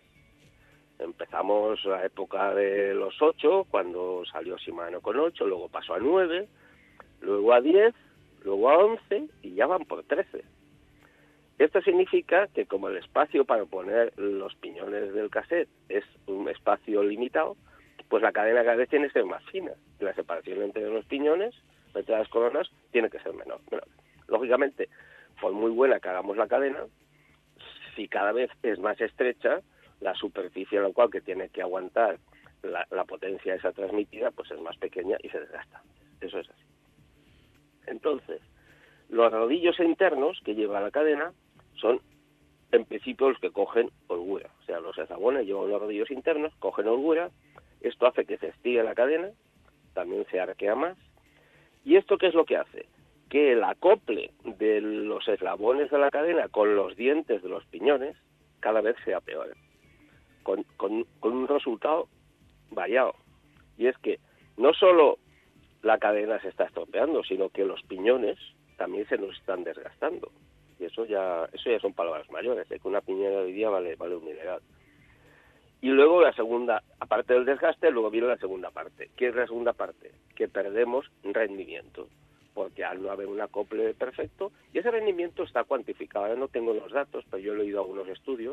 Empezamos la época de los 8, cuando salió Shimano con 8, luego pasó a 9, luego a 10, luego a 11 y ya van por 13. Esto significa que como el espacio para poner los piñones del cassette es un espacio limitado, pues la cadena cada vez tiene que ser más fina. Y la separación entre los piñones, entre las coronas, tiene que ser menor. Bueno, lógicamente, por muy buena que hagamos la cadena, si cada vez es más estrecha, la superficie en la cual que tiene que aguantar la potencia esa transmitida, pues es más pequeña y se desgasta. Eso es así. Entonces, los rodillos internos que lleva la cadena son, en principio, los que cogen holgura. O sea, los eslabones llevan los rodillos internos, cogen holgura. Esto hace que se estire la cadena, también se arquea más. ¿Y esto qué es lo que hace? Que el acople de los eslabones de la cadena con los dientes de los piñones cada vez sea peor, con un resultado variado. Y es que no solo la cadena se está estropeando, sino que los piñones también se nos están desgastando. Y eso ya son palabras mayores, de que una piñera de hoy día vale un mineral. Y luego la segunda, aparte del desgaste, luego viene la segunda parte. ¿Qué es la segunda parte? Que perdemos rendimiento, porque al no haber un acople perfecto, y ese rendimiento está cuantificado. Ahora no tengo los datos, pero yo he leído algunos estudios,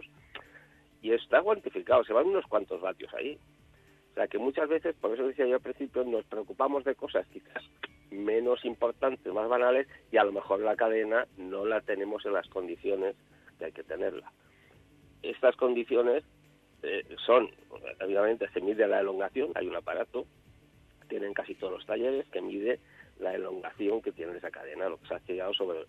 y está cuantificado, se van unos cuantos vatios ahí. O sea que muchas veces, por eso decía yo al principio, nos preocupamos de cosas quizás menos importantes, más banales, y a lo mejor la cadena no la tenemos en las condiciones que hay que tenerla. Estas condiciones son, obviamente se mide la elongación, hay un aparato, tienen casi todos los talleres, que mide la elongación que tiene esa cadena, lo que se ha llegado sobre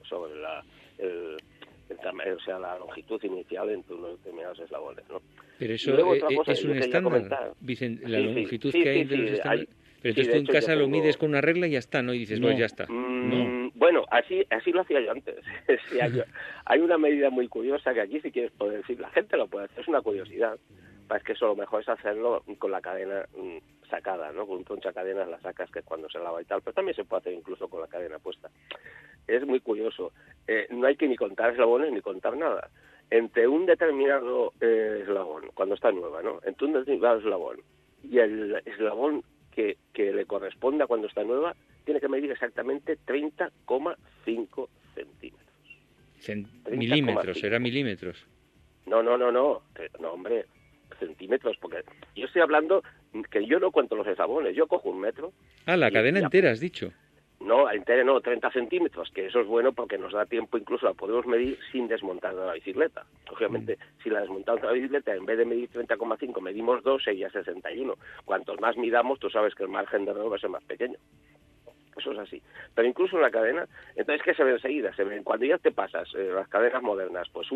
la longitud inicial entre unos determinados eslabones, ¿no? Pero eso es un estándar, Vicente, la longitud que hay entre los estándares. Pero entonces tú en casa lo mides con una regla y ya está, ¿no? Y dices, no, ya está. No. Bueno, así lo hacía yo antes. Sí, hay una medida muy curiosa que aquí, si quieres poder decir, la gente lo puede hacer, es una curiosidad. Es que eso lo mejor es hacerlo con la cadena sacada, ¿no? Con un ponchacadenas la sacas, que cuando se lava y tal, pero también se puede hacer incluso con la cadena puesta. Es muy curioso. No hay que ni contar eslabones ni contar nada. Entre un determinado eslabón, cuando está nueva, ¿no? Entre un determinado eslabón y el eslabón que le corresponda cuando está nueva, tiene que medir exactamente 30,5 centímetros. Milímetros, ¿era milímetros? No, hombre, centímetros, porque yo estoy hablando que yo no cuento los eslabones, yo cojo un metro. Ah, la cadena entera, has dicho. No, entera no, 30 centímetros, que eso es bueno porque nos da tiempo, incluso la podemos medir sin desmontar de la bicicleta. Obviamente, si la desmontamos de la bicicleta, en vez de medir 30,5, medimos 2, sería 61. Cuantos más midamos, tú sabes que el margen de error va a ser más pequeño. Eso es así. Pero incluso en la cadena, entonces, ¿qué se ve enseguida? Se ven, cuando ya te pasas las cadenas modernas, pues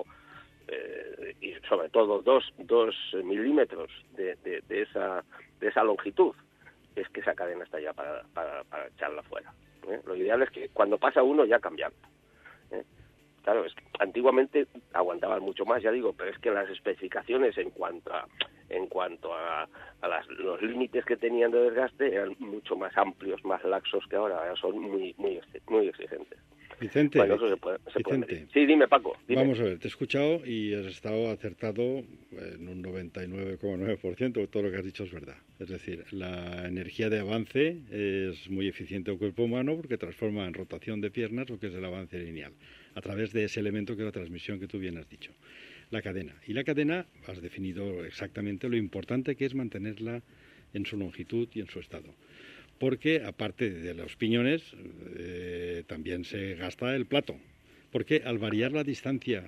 y sobre todo 2 milímetros de esa longitud, es que esa cadena está ya para echarla fuera. Lo ideal es que cuando pasa uno ya cambiarla. Claro, es que antiguamente aguantaban mucho más, ya digo, pero es que las especificaciones en cuanto a los límites que tenían de desgaste eran mucho más amplios, más laxos que ahora son muy exigentes. Vicente, Bueno, eso se puede medir. Sí, dime, Paco. Dime. Vamos a ver, te he escuchado y has estado acertado en un 99,9%, todo lo que has dicho es verdad. Es decir, la energía de avance es muy eficiente al cuerpo humano porque transforma en rotación de piernas lo que es el avance lineal, a través de ese elemento que es la transmisión que tú bien has dicho, la cadena. Y la cadena, has definido exactamente lo importante que es mantenerla en su longitud y en su estado. Porque aparte de los piñones también se gasta el plato, porque al variar la distancia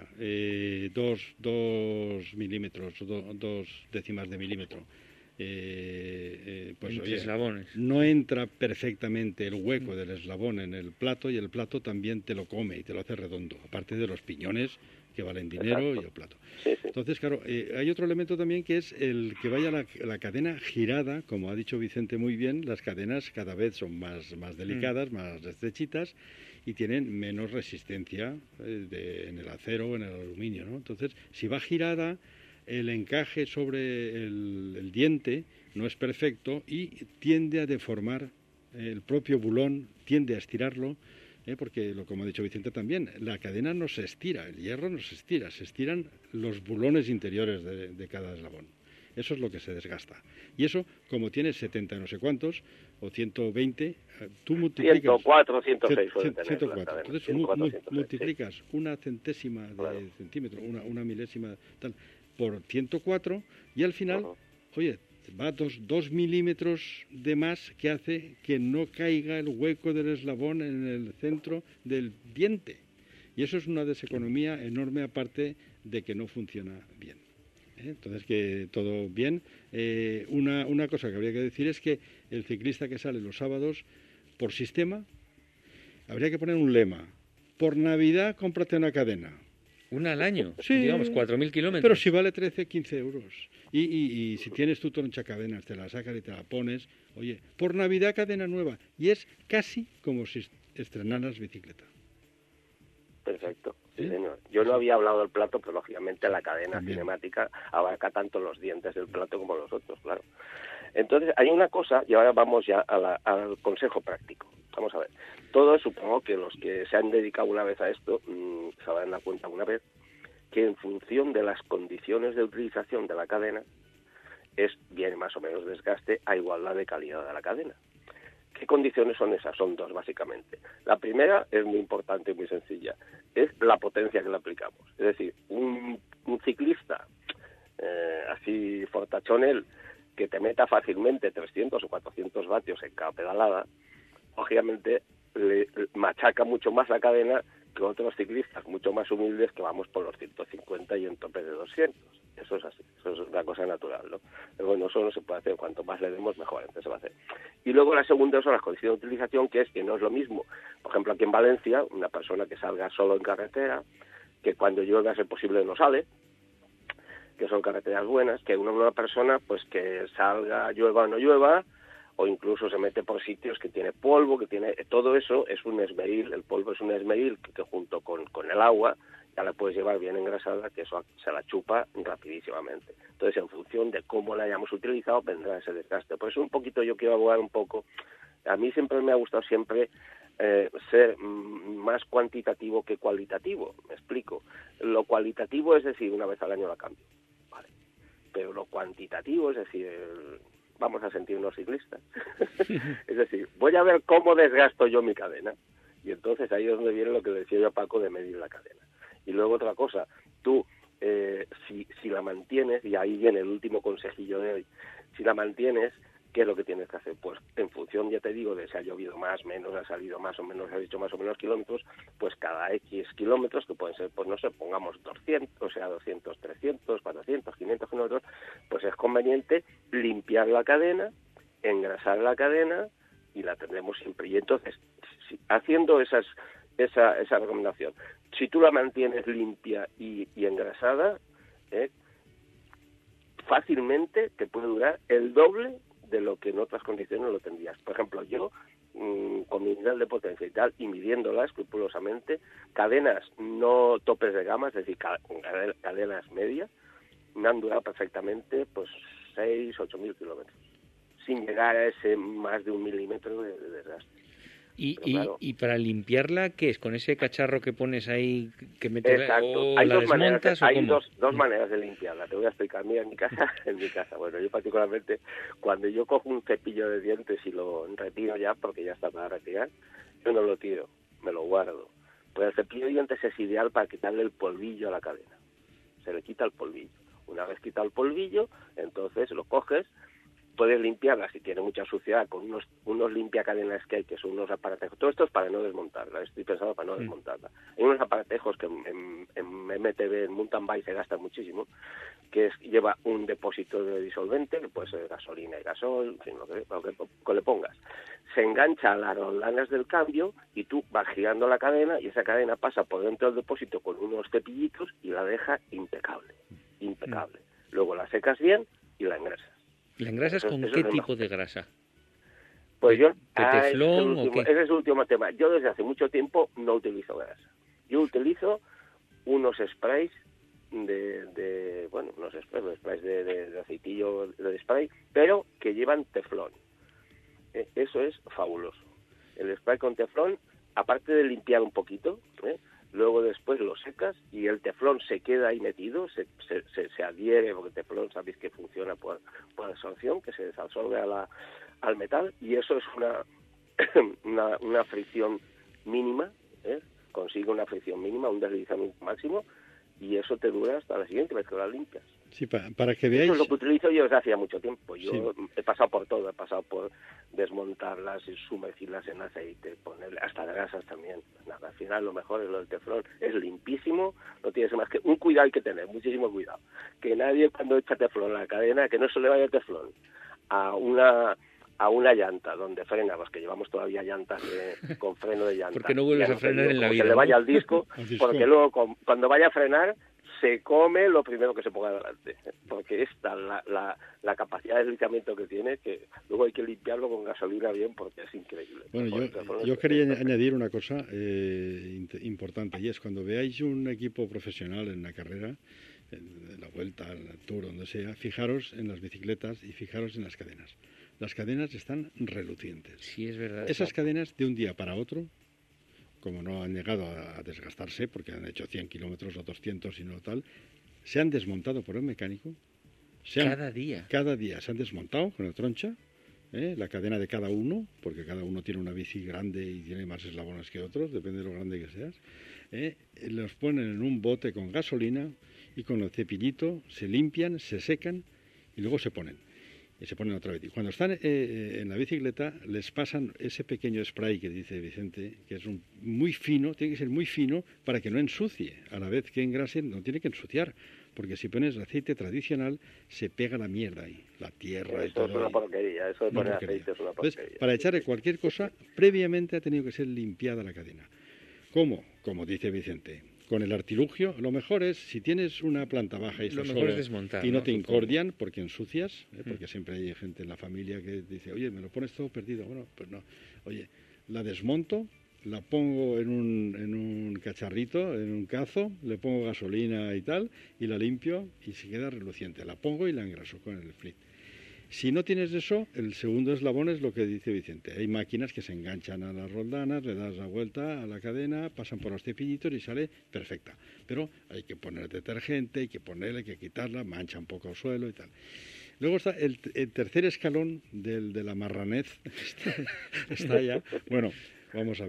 2 milímetros, 2 décimas de milímetro, pues oye, eslabones. No entra perfectamente el hueco del eslabón en el plato y el plato también te lo come y te lo hace redondo, aparte de los piñones que valen dinero. Exacto. Y el plato. Sí. Entonces, claro, hay otro elemento también que es el que vaya la cadena girada, como ha dicho Vicente muy bien, las cadenas cada vez son más delicadas, más estrechitas y tienen menos resistencia en el acero o en el aluminio, ¿no? Entonces, si va girada, el encaje sobre el diente no es perfecto y tiende a deformar el propio bulón, tiende a estirarlo, porque, como ha dicho Vicente también, la cadena no se estira, el hierro no se estira, se estiran los bulones interiores de cada eslabón. Eso es lo que se desgasta. Y eso, como tiene 70 no sé cuántos, o 120, tú multiplicas... 104, 106 104. Entonces, multiplicas una centésima de centímetro, una milésima tal, por 104, y al final, oye, va 2 milímetros de más que hace que no caiga el hueco del eslabón en el centro del diente. Y eso es una deseconomía enorme, aparte de que no funciona bien. Entonces, que todo bien. Una cosa que habría que decir es que el ciclista que sale los sábados, por sistema, habría que poner un lema. Por Navidad, cómprate una cadena. ¿Una al año? Sí. Digamos, 4.000 kilómetros. Pero si vale 13, 15 euros. Y si tienes tu tronchacadenas, te la sacas y te la pones. Oye, por Navidad cadena nueva. Y es casi como si estrenaras bicicleta. Perfecto. Sí, señor. Yo no había hablado del plato, pero lógicamente la cadena cinemática abarca tanto los dientes del plato como los otros, claro. Entonces, hay una cosa, y ahora vamos ya al consejo práctico. Vamos a ver. Todos, supongo que los que se han dedicado una vez a esto, se habrán dado cuenta una vez, que en función de las condiciones de utilización de la cadena, viene más o menos desgaste a igualdad de calidad de la cadena. ¿Qué condiciones son esas? Son dos, básicamente. La primera es muy importante y muy sencilla. Es la potencia que le aplicamos. Es decir, un ciclista así fortachonel que te meta fácilmente 300 o 400 vatios en cada pedalada, lógicamente le machaca mucho más la cadena que otros ciclistas mucho más humildes que vamos por los 150 y en tope de 200. Eso es así, eso es una cosa natural, ¿no? Pero bueno, eso no se puede hacer, cuanto más le demos mejor, entonces se va a hacer. Y luego la segunda son las condiciones de utilización, que es que no es lo mismo, por ejemplo aquí en Valencia, una persona que salga solo en carretera, que cuando llueve a ser posible no sale, que son carreteras buenas, que una persona pues que salga, llueva o no llueva, o incluso se mete por sitios que tiene polvo, que tiene... Todo eso es un esmeril, el polvo es un esmeril que junto con el agua ya la puedes llevar bien engrasada, que eso se la chupa rapidísimamente. Entonces, en función de cómo la hayamos utilizado, vendrá ese desgaste. Por eso un poquito yo quiero abogar un poco. A mí siempre me ha gustado ser más cuantitativo que cualitativo, me explico. Lo cualitativo es decir, una vez al año la cambio, vale. Pero lo cuantitativo es decir... vamos a sentirnos ciclistas. Es decir, voy a ver cómo desgasto yo mi cadena. Y entonces ahí es donde viene lo que decía yo a Paco de medir la cadena. Y luego otra cosa, tú, si la mantienes, y ahí viene el último consejillo de hoy, si la mantienes, ¿qué es lo que tienes que hacer? Pues en función, ya te digo, de si ha llovido más, menos, ha salido más o menos, ha hecho más o menos kilómetros, pues cada X kilómetros, que pueden ser, pues no sé, pongamos 200, o sea, 200, 300, 400, 500 kilómetros, pues es conveniente limpiar la cadena, engrasar la cadena, y la tendremos siempre. Y entonces, haciendo esa recomendación, si tú la mantienes limpia y engrasada, fácilmente te puede durar el doble de lo que en otras condiciones lo tendrías. Por ejemplo, yo con mi nivel de potencia y tal, y midiéndola escrupulosamente, cadenas no topes de gama, es decir, cadenas medias, me han durado perfectamente pues 6.000-8.000 kilómetros, sin llegar a ese más de 1 milímetro de desgaste. Y para limpiarla, ¿qué es? ¿Con ese cacharro que pones ahí que metes? Exacto. ¿O Hay la dos maneras, desmontas o cómo? dos maneras de limpiarla. Te voy a explicar. Mira, en mi casa, bueno, yo particularmente, cuando yo cojo un cepillo de dientes y lo retiro ya, porque ya está para retirar, yo no lo tiro, me lo guardo. Pues el cepillo de dientes es ideal para quitarle el polvillo a la cadena. Se le quita el polvillo. Una vez quitado el polvillo, entonces lo coges, puedes limpiarla si tiene mucha suciedad con unos limpiacadenas que hay, que son unos aparatejos. Todo esto es para no desmontarla, estoy pensando para no desmontarla. Hay unos aparatejos que en MTB, en mountain bike, se gastan muchísimo, que lleva un depósito de disolvente, que puede ser gasolina y gasol, en fin, lo que le pongas. Se engancha a las roldanas del cambio y tú vas girando la cadena y esa cadena pasa por dentro del depósito con unos cepillitos y la deja impecable. Luego la secas bien y la engrasas. ¿La engrasas con qué tipo de grasa? Pues yo... ¿De teflón o qué? Ese es el último tema. Yo desde hace mucho tiempo no utilizo grasa. Yo utilizo unos sprays unos sprays de aceitillo de spray, pero que llevan teflón. Eso es fabuloso. El spray con teflón, aparte de limpiar un poquito, luego después lo secas y el teflón se queda ahí metido, se adhiere, porque el teflón sabéis que funciona por absorción, que se desadsorbe al metal, y eso es una fricción mínima, consigue una fricción mínima, un deslizamiento máximo, y eso te dura hasta la siguiente vez que la limpias. Sí, para que veáis... Eso es lo que utilizo yo desde hacía mucho tiempo. Yo sí. He pasado por todo, he pasado por desmontarlas y sumergirlas en aceite, ponerle hasta grasas también. Nada, al final lo mejor es lo del teflón, es limpísimo, no tienes más que un cuidado, hay que tener, muchísimo cuidado. Que nadie cuando echa teflón a la cadena, que no se le vaya el teflón a una llanta donde frena, pues que llevamos todavía llantas con freno de llanta. Porque no vuelves a frenar en la vida. Que le vaya al disco, porque luego cuando vaya a frenar se come lo primero que se ponga delante, porque esta la capacidad de deslizamiento que tiene, que luego hay que limpiarlo con gasolina bien, porque es increíble. Bueno, yo quería añadir una cosa importante, y es cuando veáis un equipo profesional en la carrera, en la vuelta, en el Tour, donde sea, fijaros en las bicicletas y fijaros en las cadenas. Las cadenas están relucientes. Sí, es verdad. Esas cadenas de un día para otro, como no han llegado a desgastarse, porque han hecho 100 kilómetros o 200 y no tal, se han desmontado por el mecánico. Cada día. Cada día se han desmontado con el troncha, la cadena de cada uno, porque cada uno tiene una bici grande y tiene más eslabones que otros, depende de lo grande que seas. Los ponen en un bote con gasolina y con el cepillito se limpian, se secan y luego se ponen. Y se ponen otra vez. Y cuando están en la bicicleta, les pasan ese pequeño spray que dice Vicente, que es muy fino, tiene que ser muy fino para que no ensucie. A la vez que engrase, no tiene que ensuciar, porque si pones aceite tradicional, se pega la mierda ahí, la tierra y todo. Eso es una porquería, eso de poner aceite es una porquería. Entonces, para echarle cualquier cosa, previamente ha tenido que ser limpiada la cadena. ¿Cómo? Como dice Vicente. Con el artilugio, lo mejor es, si tienes una planta baja y estás solo y no te incordian porque ensucias, porque siempre hay gente en la familia que dice, oye, me lo pones todo perdido. Bueno, pues no. Oye, la desmonto, la pongo en un cacharrito, en un cazo, le pongo gasolina y tal, y la limpio y se queda reluciente. La pongo y la engraso con el flit. Si no tienes eso, el segundo eslabón es lo que dice Vicente. Hay máquinas que se enganchan a las roldanas, le das la vuelta a la cadena, pasan por los cepillitos y sale perfecta. Pero hay que poner detergente, hay que quitarla, mancha un poco el suelo y tal. Luego está el tercer escalón de la marranez. Está ya. Bueno, vamos a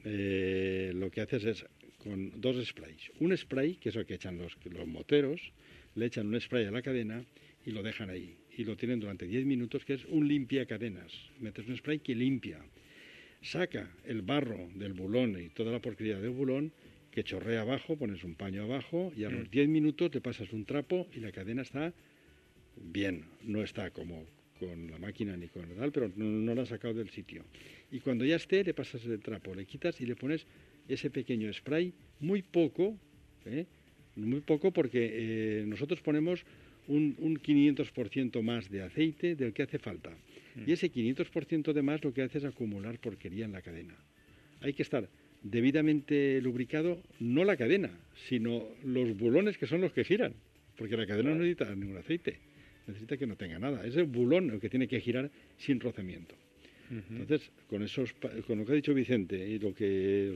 ver. Lo que haces es con dos sprays. Un spray, que es lo que echan los moteros, le echan un spray a la cadena y lo dejan ahí. Y lo tienen durante 10 minutos, que es un limpiacadenas. Metes un spray que limpia. Saca el barro del bulón y toda la porquería del bulón, que chorrea abajo, pones un paño abajo y a los 10 minutos le pasas un trapo y la cadena está bien. No está como con la máquina ni con tal, pero no la has sacado del sitio. Y cuando ya esté, le pasas el trapo, le quitas y le pones ese pequeño spray, muy poco porque nosotros ponemos un 500% más de aceite del que hace falta. Y ese 500% de más lo que hace es acumular porquería en la cadena. Hay que estar debidamente lubricado, no la cadena, sino los bulones que son los que giran, porque la cadena no necesita ningún aceite, necesita que no tenga nada. Es el bulón el que tiene que girar sin rozamiento. Entonces, con lo que ha dicho Vicente y lo que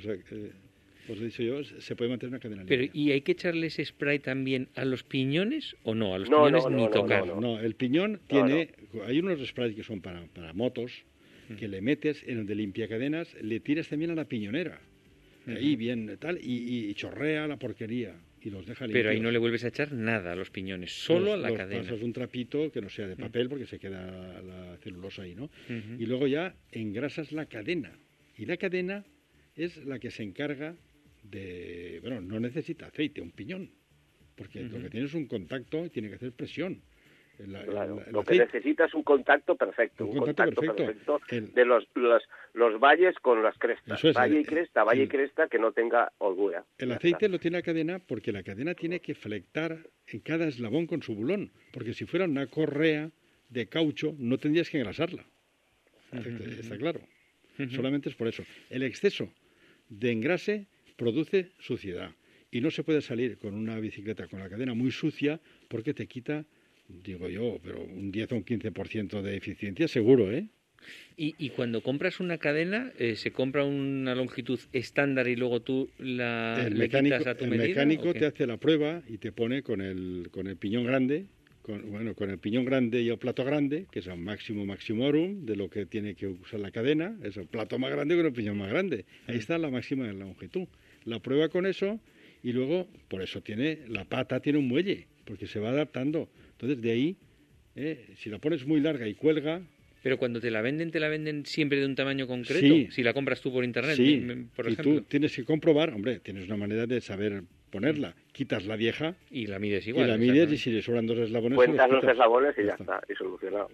os he dicho yo, se puede mantener una cadena limpia. Pero, ¿y hay que echarle ese spray también a los piñones o no? A los piñones ni tocar. No, el piñón tiene... Hay unos sprays que son para motos, que le metes en el de limpiacadenas, le tiras también a la piñonera. Ahí bien, tal, y chorrea la porquería. Y los deja limpios. Pero ahí no le vuelves a echar nada a los piñones, solo a la cadena. Pasas un trapito que no sea de papel porque se queda la celulosa ahí, ¿no? Y luego ya engrasas la cadena. Y la cadena es la que se encarga de... Bueno, no necesita aceite, un piñón. Porque lo que tiene es un contacto y tiene que hacer presión. Lo que necesita es un contacto perfecto. Un contacto perfecto de los valles con las crestas. Valle y cresta que no tenga holgura. El aceite lo tiene la cadena porque la cadena tiene que flectar en cada eslabón con su bulón. Porque si fuera una correa de caucho, no tendrías que engrasarla. Está claro. Solamente es por eso. El exceso de engrase produce suciedad. Y no se puede salir con una bicicleta con la cadena muy sucia porque te quita... Digo yo, pero un 10 o un 15% de eficiencia seguro, ¿eh? Y cuando compras una cadena, ¿se compra una longitud estándar y luego tú le quitas a tu medida? El mecánico te hace la prueba y te pone con el piñón grande, con el piñón grande y el plato grande, que es el máximo maximorum de lo que tiene que usar la cadena, es el plato más grande con el piñón más grande. Ahí está la máxima de la longitud. La prueba con eso y luego, por eso la pata tiene un muelle, porque se va adaptando. Entonces, de ahí, si la pones muy larga y cuelga... Pero cuando te la venden siempre de un tamaño concreto. Sí. Si la compras tú por internet, por ejemplo. Y tú tienes que comprobar, tienes una manera de saber ponerla. Quitas la vieja... Y la mides igual. Y la mides y si le sobran 2 eslabones... Cuentas los eslabones y ya está, y solucionado.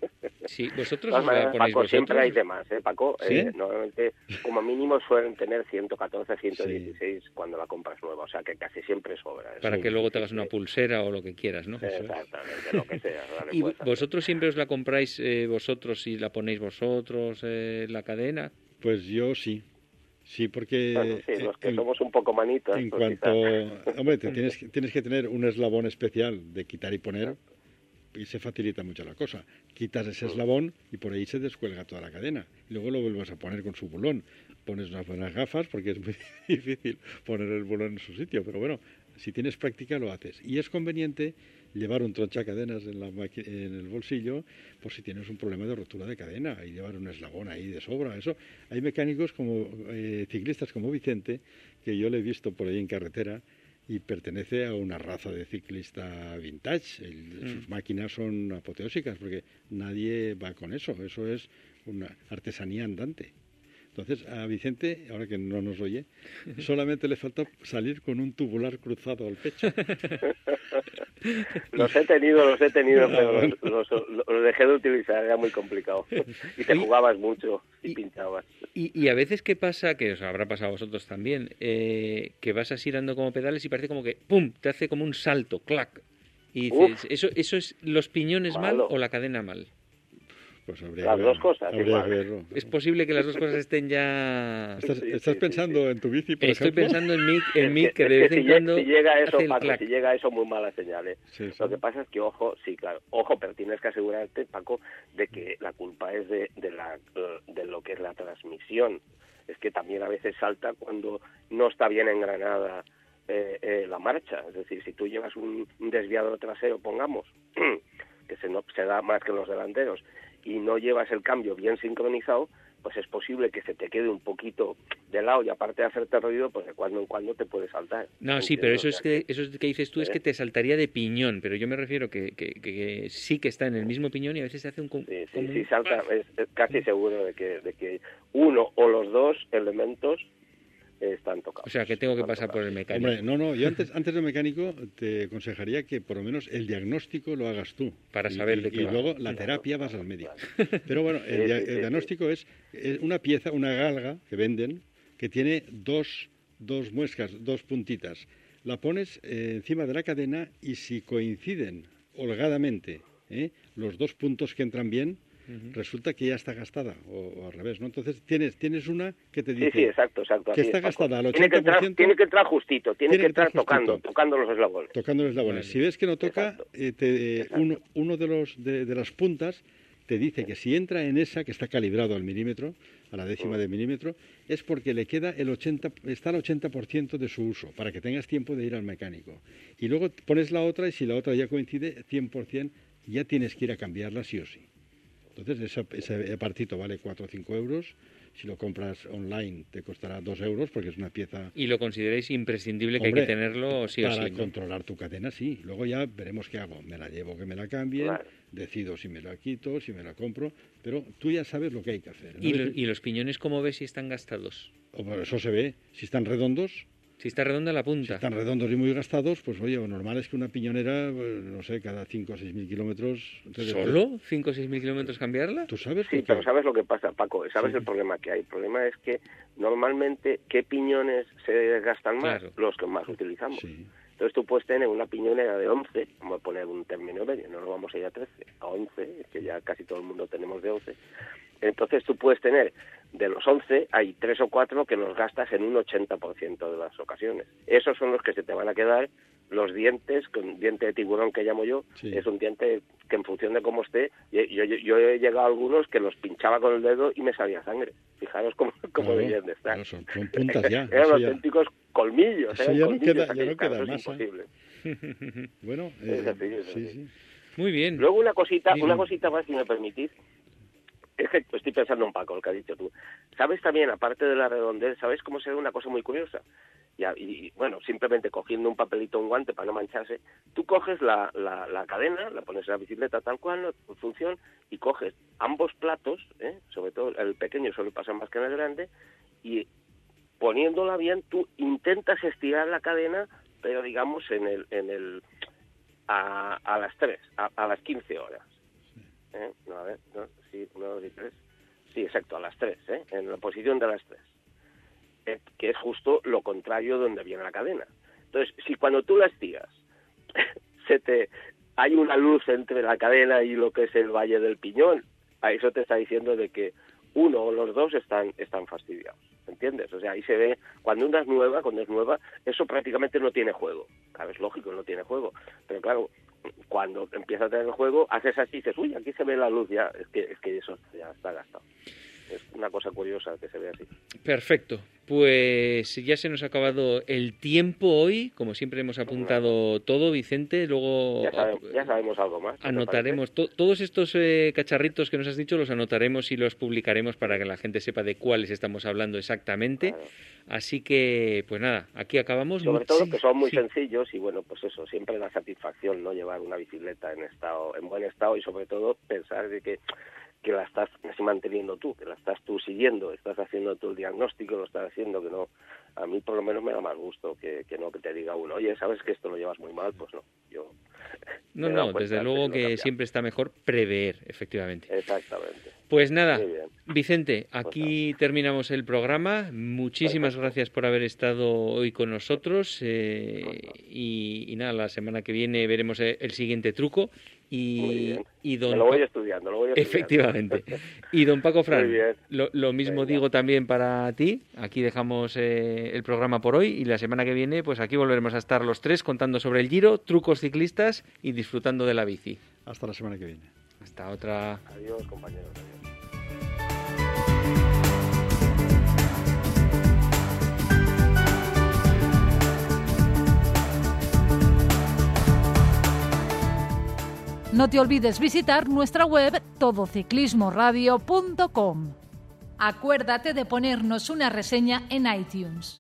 Sí, vosotros os la ponéis Paco, siempre hay demás, Paco. ¿Sí? Normalmente, como mínimo, suelen tener 114, 116 cuando la compras nueva. O sea, que casi siempre sobra. Para que luego te hagas una pulsera o lo que quieras, ¿no? Exactamente, lo que sea. ¿Y vosotros siempre os la compráis vosotros y la ponéis vosotros, la cadena? Pues yo sí. Sí, porque... Bueno, sí, los que somos un poco manitas. En pues cuanto... Hombre, tienes que tener un eslabón especial de quitar y poner y se facilita mucho la cosa. Quitas ese eslabón y por ahí se descuelga toda la cadena. Y luego lo vuelves a poner con su bulón. Pones unas buenas gafas porque es muy difícil poner el bulón en su sitio. Pero bueno, si tienes práctica lo haces. Y es conveniente llevar un tronchacadenas en el bolsillo por si tienes un problema de rotura de cadena y llevar un eslabón ahí de sobra. Eso hay mecánicos como ciclistas como Vicente, que yo le he visto por ahí en carretera y pertenece a una raza de ciclista vintage. Sus máquinas son apoteósicas porque nadie va con eso. Eso es una artesanía andante. Entonces, a Vicente, ahora que no nos oye, solamente le falta salir con un tubular cruzado al pecho. Los he tenido, pero los dejé de utilizar, era muy complicado. Y te jugabas mucho y pinchabas. Y a veces, ¿qué pasa? Que os habrá pasado a vosotros también, que vas así dando como pedales y parece como que, ¡pum!, te hace como un salto, ¡clac! Y dices, ¿eso es los piñones mal o la cadena mal? Pues las dos cosas igual. Es posible que las dos cosas estén ya... ¿Estás pensando en tu bici, por Estoy ejemplo? pensando en mí, que de vez en cuando... Si llega eso, Paco, si llega eso, muy mala señal, ¿eh? Sí. Lo que pasa es que, ojo, pero tienes que asegurarte, Paco, de que la culpa es de lo que es la transmisión. Es que también a veces salta cuando no está bien engranada la marcha. Es decir, si tú llevas un desviador trasero, pongamos, que se da más que en los delanteros, y no llevas el cambio bien sincronizado, pues es posible que se te quede un poquito de lado y aparte de hacerte ruido, pues de cuando en cuando te puede saltar. No, sí, pero eso que dices tú es que te saltaría de piñón, pero yo me refiero que sí que está en el mismo piñón y a veces se hace un... Sí, salta, es casi seguro de que uno o los dos elementos están tocados. O sea, que tengo que pasar por el mecánico. Hombre, no, yo antes del mecánico te aconsejaría que por lo menos el diagnóstico lo hagas tú. Para saber de qué y va. luego la terapia vas al médico. Pero bueno, el diagnóstico es una pieza, una galga que venden, que tiene dos muescas, 2 puntitas. La pones encima de la cadena y si coinciden holgadamente los 2 puntos que entran bien, resulta que ya está gastada, o al revés, ¿no? Entonces tienes una que te dice... Sí, exacto. Que está gastada al 80%. Tiene que entrar justito, tiene que entrar tocando los eslabones. Tocando los eslabones. Vale. Si ves que no toca, uno de las puntas te dice que si entra en esa, que está calibrado al milímetro, a la décima de milímetro, es porque le queda está al 80% de su uso, para que tengas tiempo de ir al mecánico. Y luego pones la otra, y si la otra ya coincide 100%, ya tienes que ir a cambiarla sí o sí. Entonces ese apartito vale 4 o 5 euros. Si lo compras online te costará 2 euros porque es una pieza... ¿Y lo consideráis imprescindible, que hay que tenerlo sí o sí? Para controlar tu cadena, sí. Luego ya veremos qué hago. Me la llevo, que me la cambien, decido si me la quito, si me la compro, pero tú ya sabes lo que hay que hacer, ¿no? ¿Y los piñones cómo ves si están gastados? Eso se ve. Si están redondos... Si está redonda la punta. Si están redondos y muy gastados, pues oye, lo normal es que una piñonera, no sé, cada 5 o 6 mil kilómetros... ¿Solo 5 o 6 mil kilómetros cambiarla? ¿Tú sabes? Sí, pero ¿sabes lo que pasa, Paco? ¿Sabes el problema que hay? El problema es que normalmente, ¿qué piñones se gastan más? Claro. Los que más utilizamos. Sí. Entonces tú puedes tener una piñonera de 11, vamos a poner un término medio, no nos vamos a ir a 13, a 11, que ya casi todo el mundo tenemos de 11. Entonces tú puedes tener, de los 11, hay 3 o 4 que los gastas en un 80% de las ocasiones. Esos son los que se te van a quedar. Los dientes, con diente de tiburón que llamo yo, es un diente que en función de cómo esté, yo he llegado a algunos que los pinchaba con el dedo y me salía sangre. Fijaros cómo debían de estar. Son puntas ya. Eran auténticos colmillos. Eso ya no queda más. Imposible. Bueno, sí. Muy bien. Luego una cosita más, si me permitís. Es que estoy pensando un Paco, lo que has dicho tú. ¿Sabes también, aparte de la redondez, sabes cómo se ve una cosa muy curiosa? Y bueno, simplemente cogiendo un papelito o un guante para no mancharse, tú coges la cadena, la pones en la bicicleta tal cual, en función, y coges ambos platos, sobre todo el pequeño suele pasar más que en el grande, y poniéndola bien, tú intentas estirar la cadena, pero digamos a las 3, a las 15 horas. No, a ver, no, sí, 1, 2 y 3. Sí, exacto, a las 3, en la posición de las 3. Que es justo lo contrario de donde viene la cadena. Entonces, si cuando tú la estiras, hay una luz entre la cadena y lo que es el Valle del Piñón, a eso te está diciendo de que uno o los dos están fastidiados. ¿Entiendes? O sea, ahí se ve, cuando es nueva, eso prácticamente no tiene juego. Claro, es lógico, no tiene juego. Pero claro, cuando empieza a tener juego, haces así y dices, uy, aquí se ve la luz ya. Es que eso ya está gastado. Es una cosa curiosa que se ve así. Perfecto. Pues ya se nos ha acabado el tiempo hoy. Como siempre hemos apuntado todo, Vicente. Luego ya sabemos algo más. Anotaremos todos estos cacharritos que nos has dicho, los anotaremos y los publicaremos para que la gente sepa de cuáles estamos hablando exactamente. Claro. Así que, pues nada, aquí acabamos. Sobre todo que son muy sencillos y bueno, pues eso, siempre da satisfacción, ¿no? Llevar una bicicleta en buen estado y sobre todo pensar de que la estás manteniendo tú, que la estás tú siguiendo, estás haciendo tú el diagnóstico, lo estás haciendo, que no, a mí por lo menos me da más gusto que no que te diga uno, oye, ¿sabes que esto lo llevas muy mal? Pues no, yo... No, desde luego que siempre está mejor prever, efectivamente. Exactamente. Pues nada, Vicente, aquí terminamos el programa. Muchísimas gracias por haber estado hoy con nosotros y nada, la semana que viene veremos el siguiente truco. Y don me lo voy estudiando. Efectivamente. Y don Paco Fran, lo mismo digo también para ti. Aquí dejamos el programa por hoy y la semana que viene pues aquí volveremos a estar los tres contando sobre el Giro, trucos ciclistas y disfrutando de la bici. Hasta la semana que viene. Hasta otra. Adiós, compañeros. Adiós. No te olvides visitar nuestra web todociclismoradio.com. Acuérdate de ponernos una reseña en iTunes.